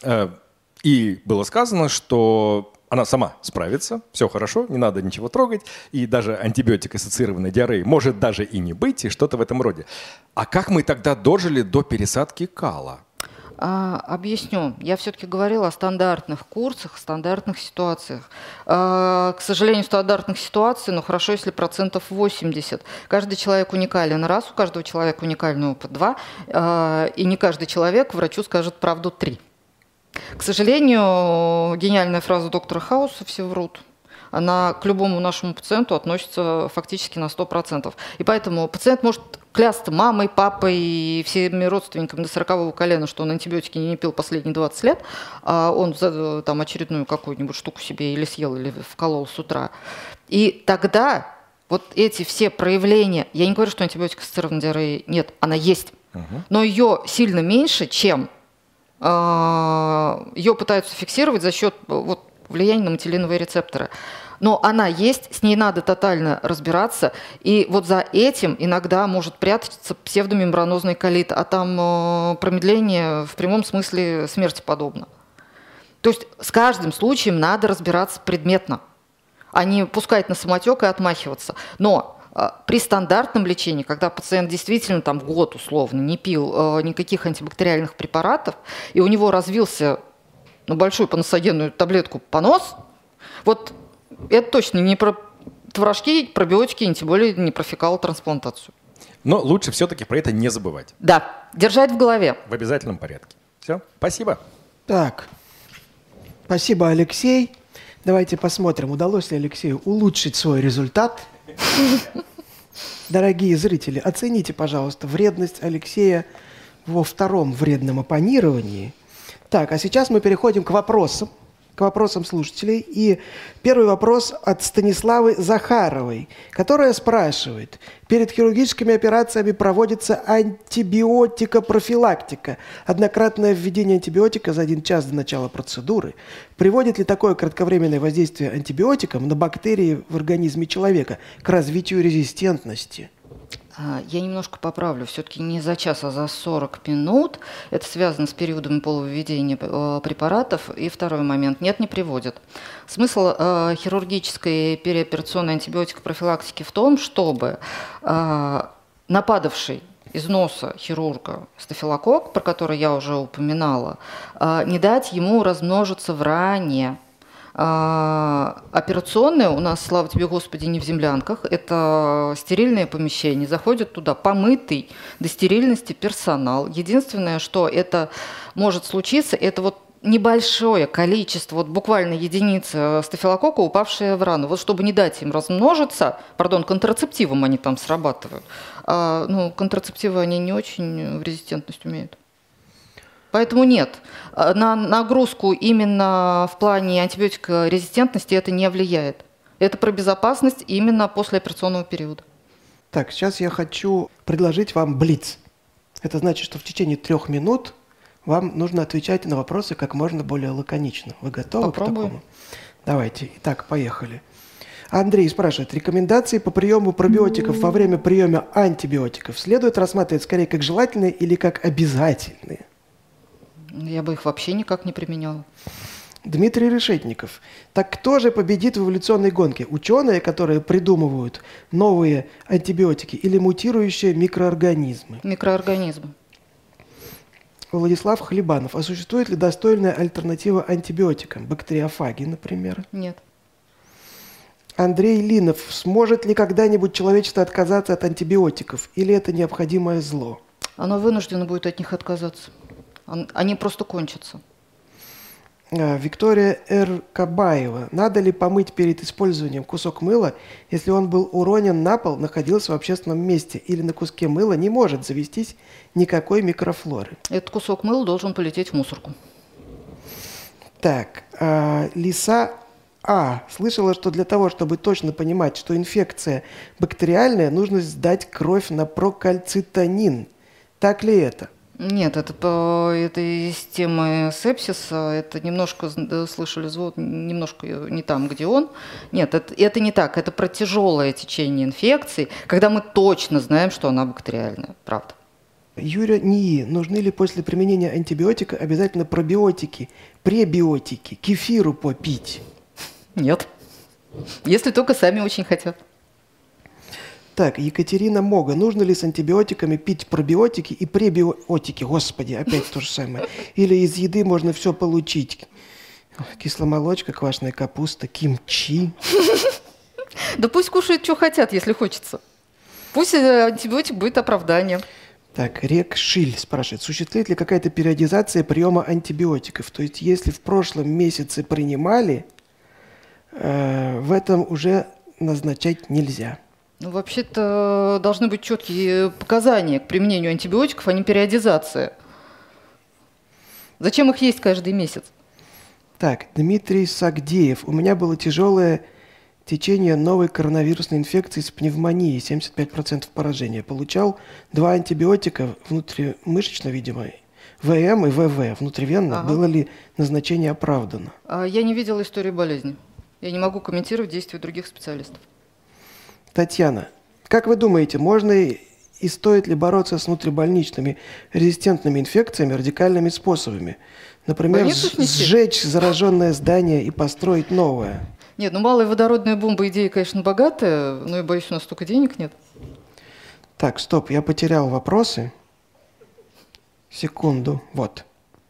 И было сказано, что она сама справится, все хорошо, не надо ничего трогать, и даже антибиотик-ассоциированной диареи может даже и не быть, и что-то в этом роде. А как мы тогда дожили до пересадки кала? Объясню. Я все-таки говорила о стандартных курсах, стандартных ситуациях. К сожалению, стандартных ситуаций, но хорошо, если 80%. Каждый человек уникален, раз, у каждого человека уникальный опыт, 2, и не каждый человек врачу скажет правду, 3. К сожалению, гениальная фраза доктора Хауса «все врут», она к любому нашему пациенту относится фактически на 100%. И поэтому пациент может клясться мамой, папой и всеми родственниками до 40-го колена, что он антибиотики не пил последние 20 лет, а он там очередную какую-нибудь штуку себе или съел, или вколол с утра. И тогда вот эти все проявления, я не говорю, что антибиотик-ассоциированной диареи нет, она есть, но ее сильно меньше, чем ее пытаются фиксировать за счет влияния на метилиновые рецепторы. Но она есть, с ней надо тотально разбираться, и вот за этим иногда может прятаться псевдомембранозный колит, а там промедление в прямом смысле смерти подобно. То есть с каждым случаем надо разбираться предметно, а не пускать на самотек и отмахиваться. Но при стандартном лечении, когда пациент действительно там год условно не пил никаких антибактериальных препаратов, и у него развился большую паносогенную таблетку понос, вот это точно не про творожки, пробиотики, и тем более не про фекалотрансплантацию. Но лучше все-таки про это не забывать. Да, держать в голове. В обязательном порядке. Все, спасибо. Так, спасибо, Алексей. Давайте посмотрим, удалось ли Алексею улучшить свой результат. Дорогие зрители, оцените, пожалуйста, вредность Алексея во втором вредном оппонировании. Так, а сейчас мы переходим к вопросам слушателей. И первый вопрос от Станиславы Захаровой, которая спрашивает: перед хирургическими операциями проводится антибиотикопрофилактика. Однократное введение антибиотика за 1 час до начала процедуры. Приводит ли такое кратковременное воздействие антибиотиком на бактерии в организме человека к развитию резистентности? Я немножко поправлю, все-таки не за час, а за 40 минут. Это связано с периодом полувведения препаратов. И второй момент. Нет, не приводит. Смысл хирургической переоперационной антибиотикопрофилактики в том, чтобы нападавший из носа хирурга стафилококк, про который я уже упоминала, не дать ему размножиться в ране. Операционные у нас, слава тебе, Господи, не в землянках. Это стерильное помещение. Заходит туда помытый до стерильности персонал. Единственное, что это может случиться, это вот небольшое количество, вот буквально единицы стафилококка, упавшие в рану. Вот чтобы не дать им размножиться, контрацептивом они там срабатывают. Контрацептивы они не очень в резистентность умеют. Поэтому нет, на нагрузку именно в плане антибиотикорезистентности это не влияет. Это про безопасность именно после операционного периода. Так, сейчас я хочу предложить вам блиц. Это значит, что в течение 3 минут вам нужно отвечать на вопросы как можно более лаконично. Вы готовы Попробуем. к такому? Давайте. Итак, поехали. Андрей спрашивает: рекомендации по приему пробиотиков во время приема антибиотиков следует рассматривать скорее как желательные или как обязательные? Я бы их вообще никак не применяла. Дмитрий Решетников. Так кто же победит в эволюционной гонке? Ученые, которые придумывают новые антибиотики, или мутирующие микроорганизмы? Микроорганизмы. Владислав Хлебанов. А существует ли достойная альтернатива антибиотикам? Бактериофаги, например? Нет. Андрей Линов. Сможет ли когда-нибудь человечество отказаться от антибиотиков? Или это необходимое зло? Оно вынуждено будет от них отказаться. Они просто кончатся. Виктория Р. Кабаева. Надо ли помыть перед использованием кусок мыла, если он был уронен на пол, находился в общественном месте, или на куске мыла не может завестись никакой микрофлоры? Этот кусок мыла должен полететь в мусорку. Так, Лиса А. Слышала, что для того, чтобы точно понимать, что инфекция бактериальная, нужно сдать кровь на прокальцитонин. Так ли это? Нет, это по этой темы сепсиса, это немножко, слышали звук, немножко не там, где он. Нет, это не так, это про тяжелое течение инфекции, когда мы точно знаем, что она бактериальная, правда. Юрия НИИ. Нужны ли после применения антибиотика обязательно пробиотики, пребиотики, кефиру попить? Нет, если только сами очень хотят. Так, Екатерина Мога. Нужно ли с антибиотиками пить пробиотики и пребиотики? Господи, опять то же самое. Или из еды можно все получить? Кисломолочка, квашеная капуста, кимчи. Да пусть кушают, что хотят, если хочется. Пусть антибиотик будет оправданием. Так, Рек Шиль спрашивает, существует ли какая-то периодизация приема антибиотиков? То есть, если в прошлом месяце принимали, в этом уже назначать нельзя. Ну, вообще-то должны быть четкие показания к применению антибиотиков, а не периодизация. Зачем их есть каждый месяц? Так, Дмитрий Сагдеев. У меня было тяжелое течение новой коронавирусной инфекции с пневмонией, 75% поражения. Получал 2 антибиотика внутримышечно, видимо, ВМ и ВВ. Внутривенно. Было ли назначение оправдано? Я не видела истории болезни. Я не могу комментировать действия других специалистов. Татьяна, как вы думаете, можно и стоит ли бороться с внутрибольничными резистентными инфекциями радикальными способами? Например, сжечь зараженное здание и построить новое? Нет, ну малая водородная бомба, идея, конечно, богатая, но я боюсь, у нас столько денег нет. Так, стоп, я потерял вопросы. Секунду, вот.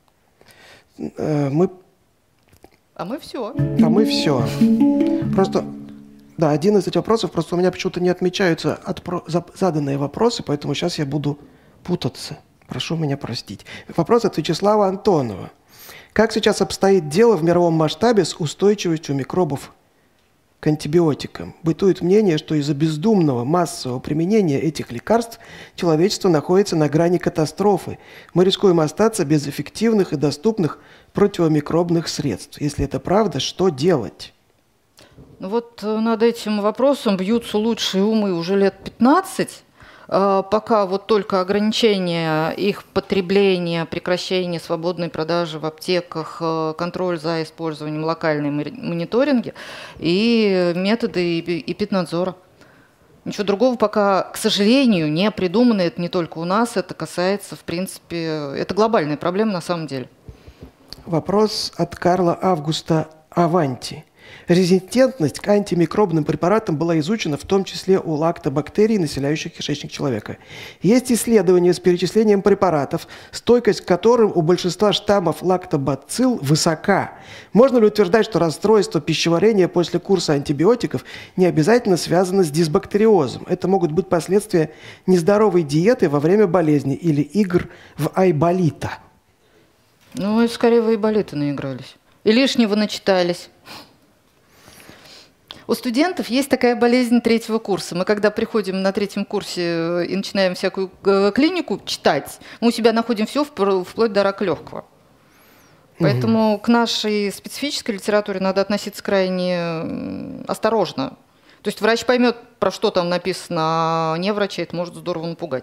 Мы все. мы все. Просто, да, 11 вопросов, просто у меня почему-то не отмечаются заданные вопросы, поэтому сейчас я буду путаться. Прошу меня простить. Вопрос от Вячеслава Антонова. Как сейчас обстоит дело в мировом масштабе с устойчивостью микробов к антибиотикам? Бытует мнение, что из-за бездумного массового применения этих лекарств человечество находится на грани катастрофы. Мы рискуем остаться без эффективных и доступных противомикробных средств. Если это правда, что делать? Ну вот над этим вопросом бьются лучшие умы уже лет 15, пока вот только ограничение их потребления, прекращение свободной продажи в аптеках, контроль за использованием локальной мониторинги и методы эпиднадзора. Ничего другого пока, к сожалению, не придумано. Это не только у нас, это касается, в принципе, это глобальная проблема на самом деле. Вопрос от Карла Августа Аванти. Резистентность к антимикробным препаратам была изучена в том числе у лактобактерий, населяющих кишечник человека. Есть исследования с перечислением препаратов, стойкость к которым у большинства штаммов лактобацилл высока. Можно ли утверждать, что расстройство пищеварения после курса антибиотиков не обязательно связано с дисбактериозом? Это могут быть последствия нездоровой диеты во время болезни или игр в айболита. Ну, скорее в айболиты наигрались. И лишнего начитались. У студентов есть такая болезнь 3-го курса. Мы когда приходим на 3-м курсе и начинаем всякую клинику читать, мы у себя находим все вплоть до рака легкого. Поэтому к нашей специфической литературе надо относиться крайне осторожно. То есть врач поймет, про что там написано, а не врача, это может здорово напугать.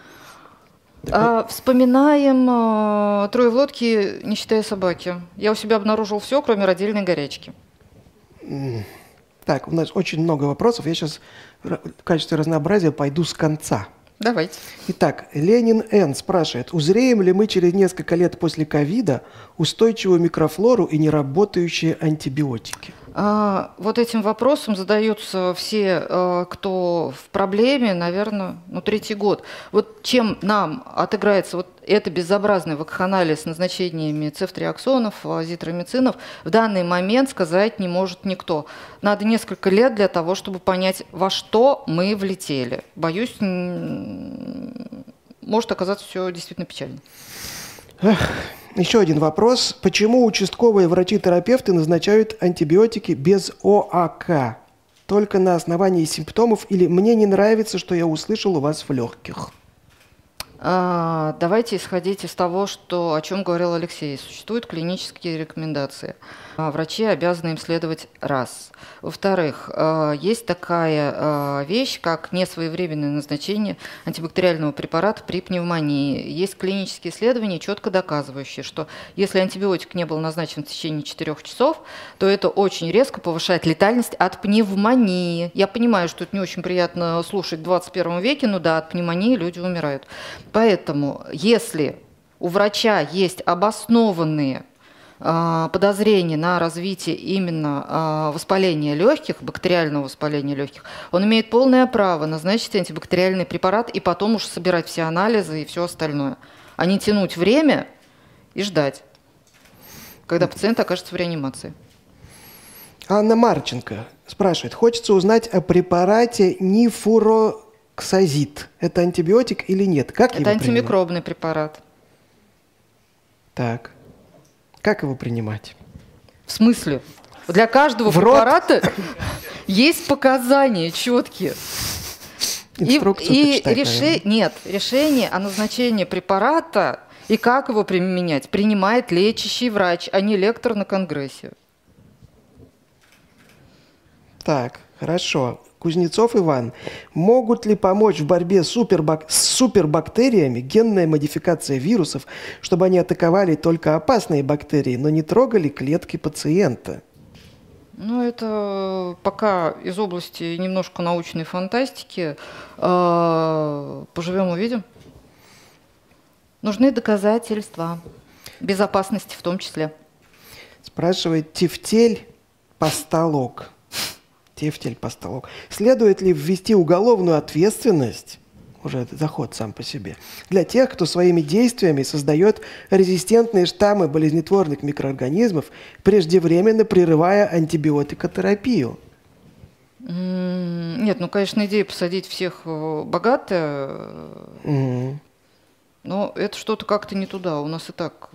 Вспоминаем «Трое в лодке, не считая собаки». Я у себя обнаружил все, кроме родильной горячки. Так, у нас очень много вопросов. Я сейчас в качестве разнообразия пойду с конца. Давайте. Итак, Ленин Н. спрашивает, узреем ли мы через несколько лет после ковида устойчивую микрофлору и неработающие антибиотики? Вот этим вопросом задаются все, кто в проблеме, наверное, 3-й год. Вот чем нам отыграется вот это безобразное вакханалия с назначениями цефтриаксонов, азитромицинов, в данный момент сказать не может никто. Надо несколько лет для того, чтобы понять, во что мы влетели. Боюсь, может оказаться все действительно печально. Еще один вопрос. Почему участковые врачи-терапевты назначают антибиотики без ОАК? Только на основании симптомов или «мне не нравится, что я услышал у вас в легких»? Давайте исходить из того, о чем говорил Алексей. Существуют клинические рекомендации. Врачи обязаны им следовать раз. Во-вторых, есть такая вещь, как несвоевременное назначение антибактериального препарата при пневмонии. Есть клинические исследования, четко доказывающие, что если антибиотик не был назначен в течение 4 часов, то это очень резко повышает летальность от пневмонии. Я понимаю, что это не очень приятно слушать в 21 веке, но да, от пневмонии люди умирают. Поэтому, если у врача есть обоснованные подозрения на развитие именно воспаления легких, бактериального воспаления легких, он имеет полное право назначить антибактериальный препарат и потом уж собирать все анализы и все остальное, а не тянуть время и ждать, когда пациент окажется в реанимации. Анна Марченко спрашивает, хочется узнать о препарате нифуроксазид. Это антибиотик или нет? Как это его антимикробный препарат. Так. Как его принимать? В смысле? Для каждого препарата есть показания четкие. Инструкцию почитать, Нет, решение о назначении препарата и как его применять принимает лечащий врач, а не лектор на конгрессе. Так, хорошо. Кузнецов Иван. Могут ли помочь в борьбе с супербактериями генная модификация вирусов, чтобы они атаковали только опасные бактерии, но не трогали клетки пациента? Ну, это пока из области немножко научной фантастики. Поживем, увидим. Нужны доказательства. Безопасности в том числе. Спрашивает Тефтель Постолок. Тефтель Постолок. Следует ли ввести уголовную ответственность, уже это заход сам по себе, для тех, кто своими действиями создает резистентные штаммы болезнетворных микроорганизмов, преждевременно прерывая антибиотикотерапию? Нет, ну, конечно, идея посадить всех богатая, но это что-то как-то не туда. У нас и так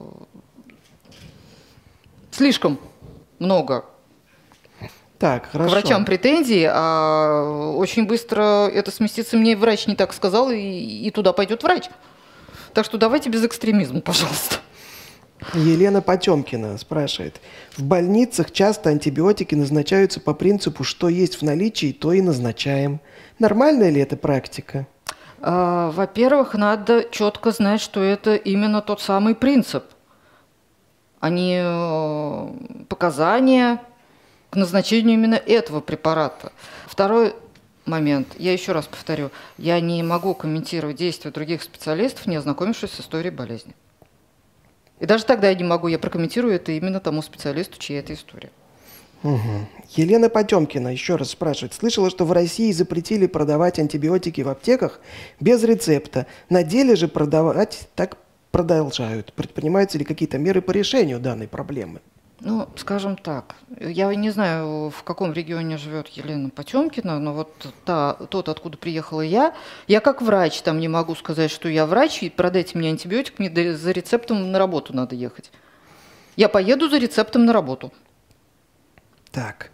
слишком много Так, хорошо. к врачам претензий, а очень быстро это сместится. Мне врач не так сказал, и туда пойдет врач. Так что давайте без экстремизма, пожалуйста. Елена Потемкина спрашивает. В больницах часто антибиотики назначаются по принципу, что есть в наличии, то и назначаем. Нормальная ли эта практика? Во-первых, надо четко знать, что это именно тот самый принцип, а не показания к назначению именно этого препарата. Второй момент. Я еще раз повторю. Я не могу комментировать действия других специалистов, не ознакомившись с историей болезни. И даже тогда я не могу. Я прокомментирую это именно тому специалисту, чья это история. Угу. Елена Потемкина еще раз спрашивает. Слышала, что в России запретили продавать антибиотики в аптеках без рецепта. На деле же продавать так продолжают. Предпринимаются ли какие-то меры по решению данной проблемы? Ну, скажем так, я не знаю, в каком регионе живет Елена Потемкина, но вот тот, откуда приехала я как врач там не могу сказать, что я врач, и продайте мне антибиотик, мне за рецептом на работу надо ехать. Я поеду за рецептом на работу. Так.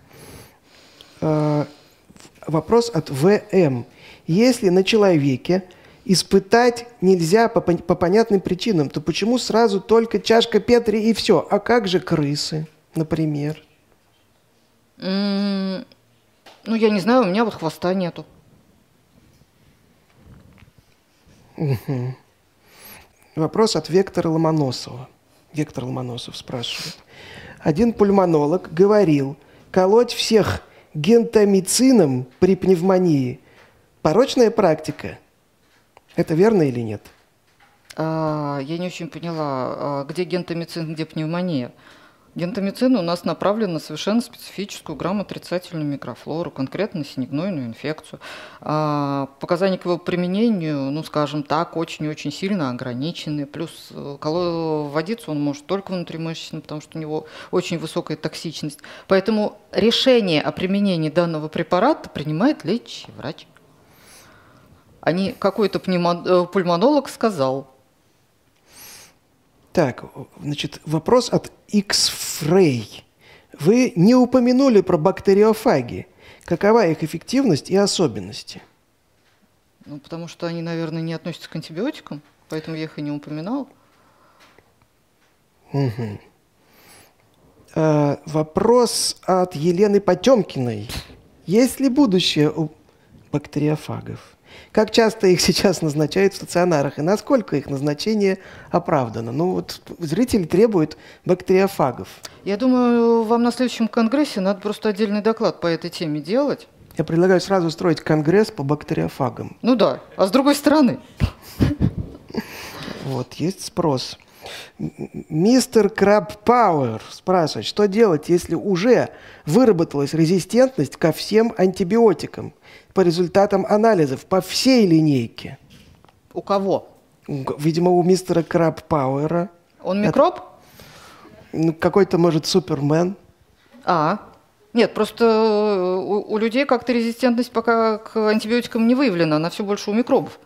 Вопрос от ВМ. Если на человеке испытать нельзя по понятным причинам, то почему сразу только чашка Петри и все? А как же крысы, например? Ну, я не знаю, у меня вот хвоста нету. Угу. Вопрос от Вектора Ломоносова. Вектор Ломоносов спрашивает. Один пульмонолог говорил, колоть всех гентамицином при пневмонии – порочная практика. Это верно или нет? Я не очень поняла, где гентамицин, где пневмония. Гентамицин у нас направлен на совершенно специфическую грамотрицательную микрофлору, конкретно на синегнойную инфекцию. Показания к его применению, ну, скажем так, очень-очень сильно ограничены. Плюс вводиться он может только внутримышечно, потому что у него очень высокая токсичность. Поэтому решение о применении данного препарата принимает лечащий врач. А не какой-то пульмонолог сказал. Так, значит, вопрос от X-Frey. Вы не упомянули про бактериофаги. Какова их эффективность и особенности? Ну, потому что они, наверное, не относятся к антибиотикам, поэтому я их и не упоминал. Угу. Вопрос от Елены Потемкиной. Есть ли будущее у бактериофагов? Как часто их сейчас назначают в стационарах и насколько их назначение оправдано? Ну вот зрители требуют бактериофагов. Я думаю, вам на следующем конгрессе надо просто отдельный доклад по этой теме делать. Я предлагаю сразу устроить конгресс по бактериофагам. Ну да, а с другой стороны? Вот, есть спрос. Мистер Краб Пауэр спрашивает, что делать, если уже выработалась резистентность ко всем антибиотикам по результатам анализов по всей линейке? У кого? Видимо, у мистера Краб Пауэра. Он микроб? Какой-то, может, супермен. Нет, просто у людей как-то резистентность пока к антибиотикам не выявлена, она все больше у микробов.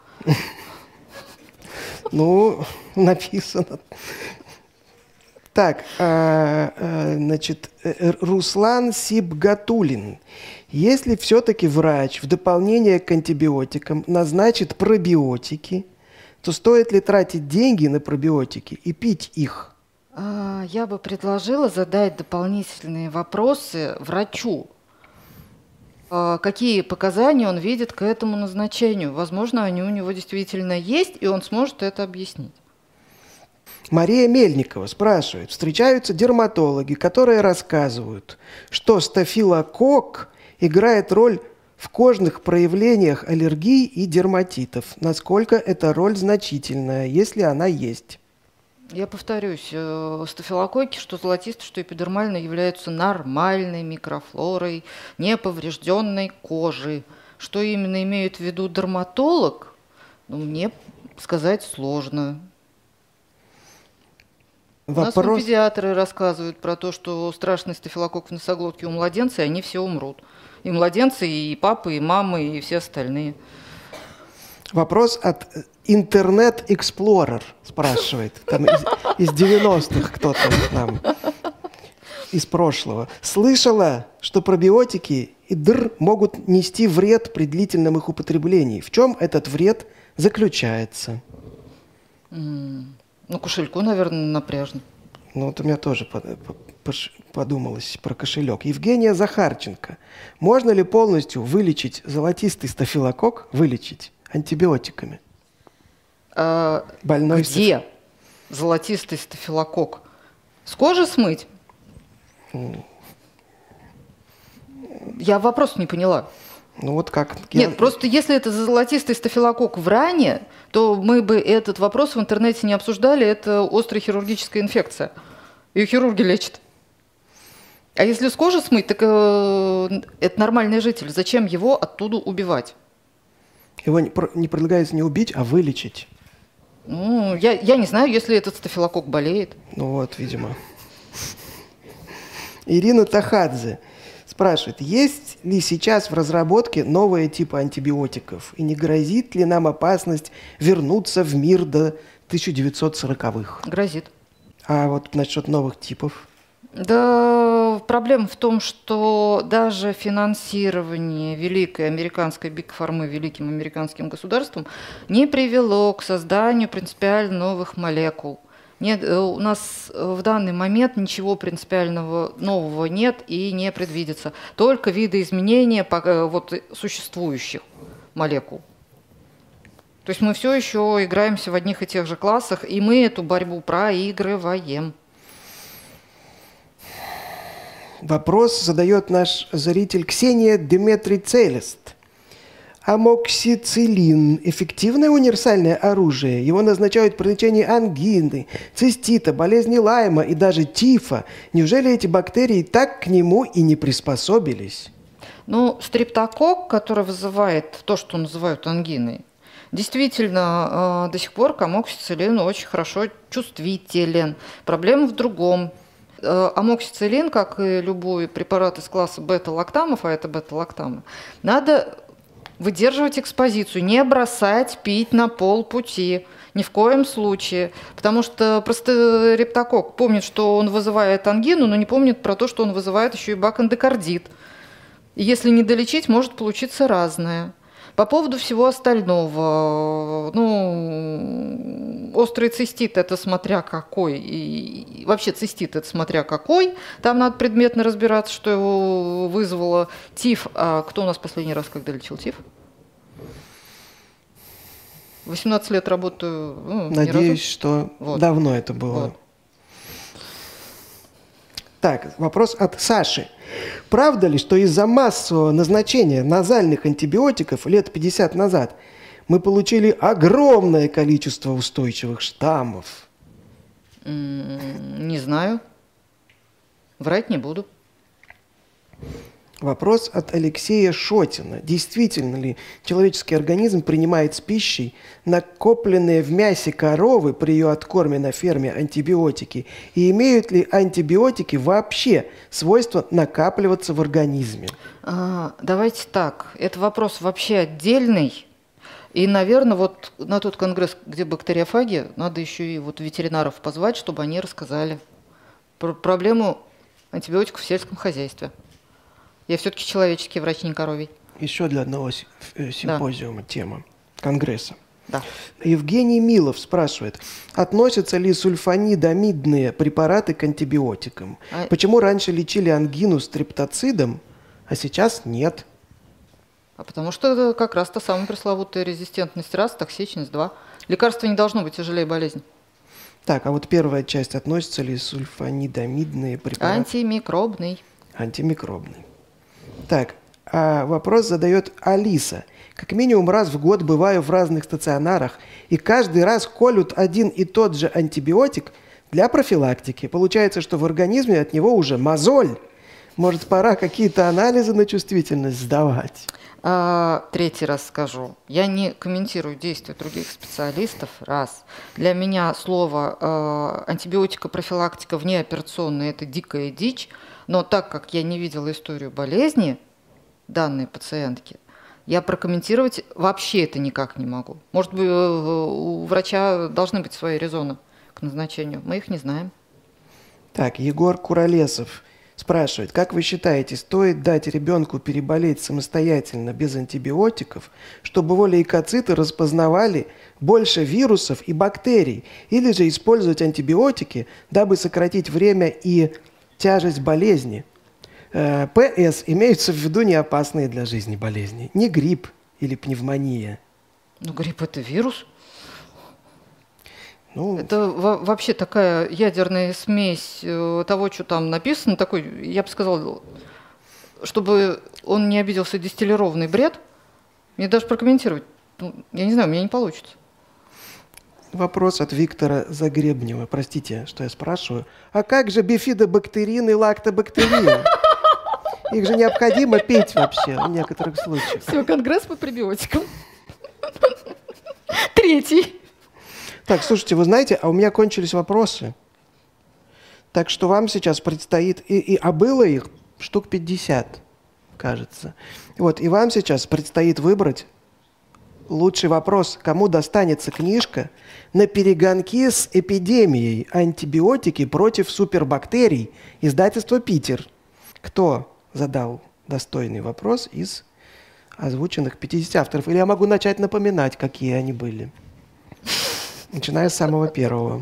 Ну, написано. Так, значит, Руслан Сибгатулин. Если все-таки врач в дополнение к антибиотикам назначит пробиотики, то стоит ли тратить деньги на пробиотики и пить их? Я бы предложила задать дополнительные вопросы врачу. Какие показания он видит к этому назначению? Возможно, они у него действительно есть, и он сможет это объяснить. Мария Мельникова спрашивает. Встречаются дерматологи, которые рассказывают, что стафилококк играет роль в кожных проявлениях аллергий и дерматитов. Насколько эта роль значительная, если она есть? Я повторюсь, стафилококки, что золотистые, что эпидермальные, являются нормальной микрофлорой неповрежденной кожи. Что именно имеет в виду дерматолог, мне сказать сложно. У нас педиатры рассказывают про то, что страшный стафилококк в носоглотке у младенца, и они все умрут. И младенцы, и папы, и мамы, и все остальные. Вопрос от Internet Explorer спрашивает. Там из 90-х кто-то нам из прошлого. Слышала, что пробиотики и ДР могут нести вред при длительном их употреблении. В чем этот вред заключается? Кошельку, наверное, напряжно. Вот у меня тоже подумалось про кошелек. Евгения Захарченко. Можно ли полностью вылечить золотистый стафилококк, вылечить антибиотиками? Больной где золотистый стафилококк? С кожи смыть? Я вопрос не поняла. Вот как? Нет, просто если это золотистый стафилококк в ране, то мы бы этот вопрос в интернете не обсуждали. Это острая хирургическая инфекция. Ее хирурги лечат. А если с кожи смыть, так это нормальный житель. Зачем его оттуда убивать? Его не предлагается не убить, а вылечить. Я не знаю, если этот стафилококк болеет. Видимо. Ирина Тахадзе спрашивает, есть ли сейчас в разработке новые типы антибиотиков? И не грозит ли нам опасность вернуться в мир до 1940-х? Грозит. А вот насчет новых типов? Да, проблема в том, что даже финансирование великой американской бигфармы великим американским государством не привело к созданию принципиально новых молекул. Нет, у нас в данный момент ничего принципиального нового нет и не предвидится. Только видоизменения существующих молекул. То есть мы все еще играемся в одних и тех же классах, и мы эту борьбу проигрываем. Вопрос задает наш зритель Ксения Дмитрий Целест. Амоксициллин – эффективное универсальное оружие. Его назначают при лечении ангины, цистита, болезни Лайма и даже тифа. Неужели эти бактерии так к нему и не приспособились? Стрептококк, который вызывает то, что называют ангиной, действительно, до сих пор к амоксициллину очень хорошо чувствителен. Проблема в другом. Амоксициллин, как и любой препарат из класса бета-лактамов, а это бета-лактамы, надо выдерживать экспозицию, не бросать пить на полпути. Ни в коем случае. Потому что просто рептококк помнит, что он вызывает ангину, но не помнит про то, что он вызывает еще и бакэндокардит. И если не долечить, может получиться разное. По поводу всего остального, острый цистит – это смотря какой, и вообще цистит – это смотря какой, там надо предметно разбираться, что его вызвало. Тиф, а кто у нас последний раз когда лечил тиф? 18 лет работаю. Надеюсь, что давно это было. Так, вопрос от Саши. Правда ли, что из-за массового назначения назальных антибиотиков лет 50 назад мы получили огромное количество устойчивых штаммов? Не знаю. Врать не буду. Вопрос от Алексея Шотина. Действительно ли человеческий организм принимает с пищей накопленные в мясе коровы при ее откорме на ферме антибиотики? И имеют ли антибиотики вообще свойство накапливаться в организме? Давайте так. Это вопрос вообще отдельный. И, наверное, на тот конгресс, где бактериофаги, надо еще и ветеринаров позвать, чтобы они рассказали про проблему антибиотиков в сельском хозяйстве. Я все-таки человеческий врач, не коровий. Еще для одного симпозиума тема конгресса. Да. Евгений Милов спрашивает, относятся ли сульфанидамидные препараты к антибиотикам? Почему раньше лечили ангину стрептоцидом, а сейчас нет? Потому что это как раз та самая пресловутая резистентность раз, токсичность 2. Лекарство не должно быть тяжелее болезни. Так, а вот первая часть, относится ли сульфанидамидные препараты? Антимикробный. Антимикробный. Так, а вопрос задает Алиса. Как минимум раз в год бываю в разных стационарах, и каждый раз колют один и тот же антибиотик для профилактики. Получается, что в организме от него уже мозоль. Может, пора какие-то анализы на чувствительность сдавать? Третий раз скажу. Я не комментирую действия других специалистов. Раз. Для меня слово антибиотика-профилактика внеоперационная – это дикая дичь. Но так как я не видела историю болезни данной пациентки, я прокомментировать вообще это никак не могу. Может быть, у врача должны быть свои резоны к назначению. Мы их не знаем. Так, Егор Куролесов спрашивает, как вы считаете, стоит дать ребенку переболеть самостоятельно без антибиотиков, чтобы его лейкоциты распознавали больше вирусов и бактерий, или же использовать антибиотики, дабы сократить время и тяжесть болезни? ПС. Имеются в виду не опасные для жизни болезни. Не грипп или пневмония. Ну, грипп – это вирус. Ну, это вообще такая ядерная смесь того, что там написано. Такой, я бы сказала, чтобы он не обиделся, дистиллированный бред. Мне даже прокомментировать, я не знаю, у меня не получится. Вопрос от Виктора Загребнева. Простите, что я спрашиваю. А как же бифидобактерин и лактобактерин? Их же необходимо пить вообще в некоторых случаях. Все, конгресс по пребиотикам. Третий. Так, слушайте, вы знаете, а у меня кончились вопросы. Так что вам сейчас предстоит... А было их штук 50, кажется. Вот, и вам сейчас предстоит выбрать лучший вопрос, кому достанется книжка «На перегонки с эпидемией. Антибиотики против супербактерий». Издательство «Питер». Кто задал достойный вопрос из озвученных 50 авторов? Или я могу начать напоминать, какие они были? Начиная с самого первого.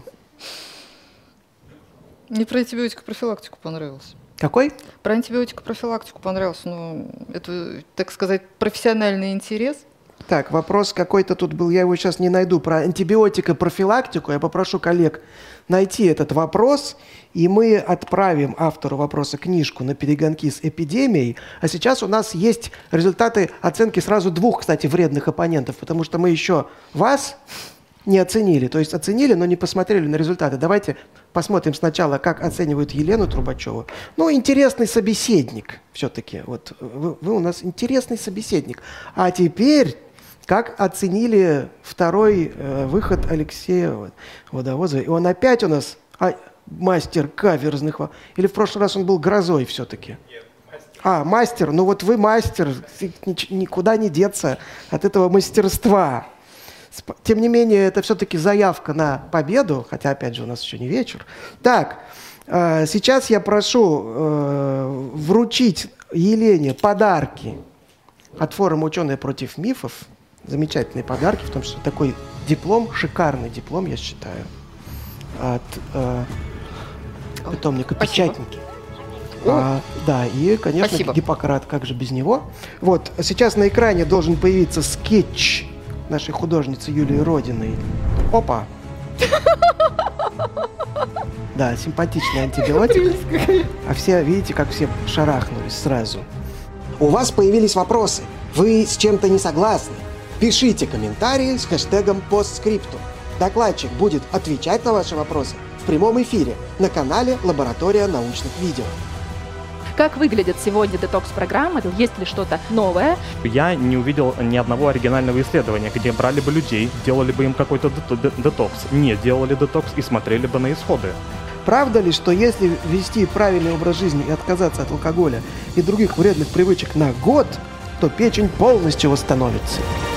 Мне про антибиотикопрофилактику понравилось. Какой? Про антибиотикопрофилактику понравился. Ну, это, так сказать, профессиональный интерес. Так, вопрос какой-то тут был, я его сейчас не найду, про антибиотикопрофилактику. Я попрошу коллег найти этот вопрос, и мы отправим автору вопроса книжку «На перегонки с эпидемией». А сейчас у нас есть результаты оценки сразу двух, кстати, вредных оппонентов, потому что мы еще вас не оценили. То есть оценили, но не посмотрели на результаты. Давайте посмотрим сначала, как оценивают Елену Трубачеву. Ну, интересный собеседник все-таки. Вот вы у нас интересный собеседник. А теперь, как оценили второй выход Алексея Водовозова. И он опять у нас мастер каверзных... Или в прошлый раз он был грозой все-таки? Нет, мастер. Ну вот вы мастер. Никуда не деться от этого мастерства. Тем не менее, это все-таки заявка на победу, хотя, опять же, у нас еще не вечер. Так, сейчас я прошу вручить Елене подарки от форума «Ученые против мифов». Замечательные подарки, в том числе такой диплом, шикарный диплом, я считаю, от питомника «Печатники». Да, и, конечно, спасибо. Гиппократ, как же без него. Вот, сейчас на экране должен появиться скетч нашей художницы Юлии Родиной. Опа! Да, симпатичный антибиотик. А все, видите, как все шарахнулись сразу. У вас появились вопросы. Вы с чем-то не согласны? Пишите комментарии с хэштегом постскриптум. Докладчик будет отвечать на ваши вопросы в прямом эфире на канале «Лаборатория научных видео». Как выглядят сегодня детокс-программы? Есть ли что-то новое? Я не увидел ни одного оригинального исследования, где брали бы людей, делали бы им какой-то детокс, не делали детокс и смотрели бы на исходы. Правда ли, что если вести правильный образ жизни и отказаться от алкоголя и других вредных привычек на год, то печень полностью восстановится?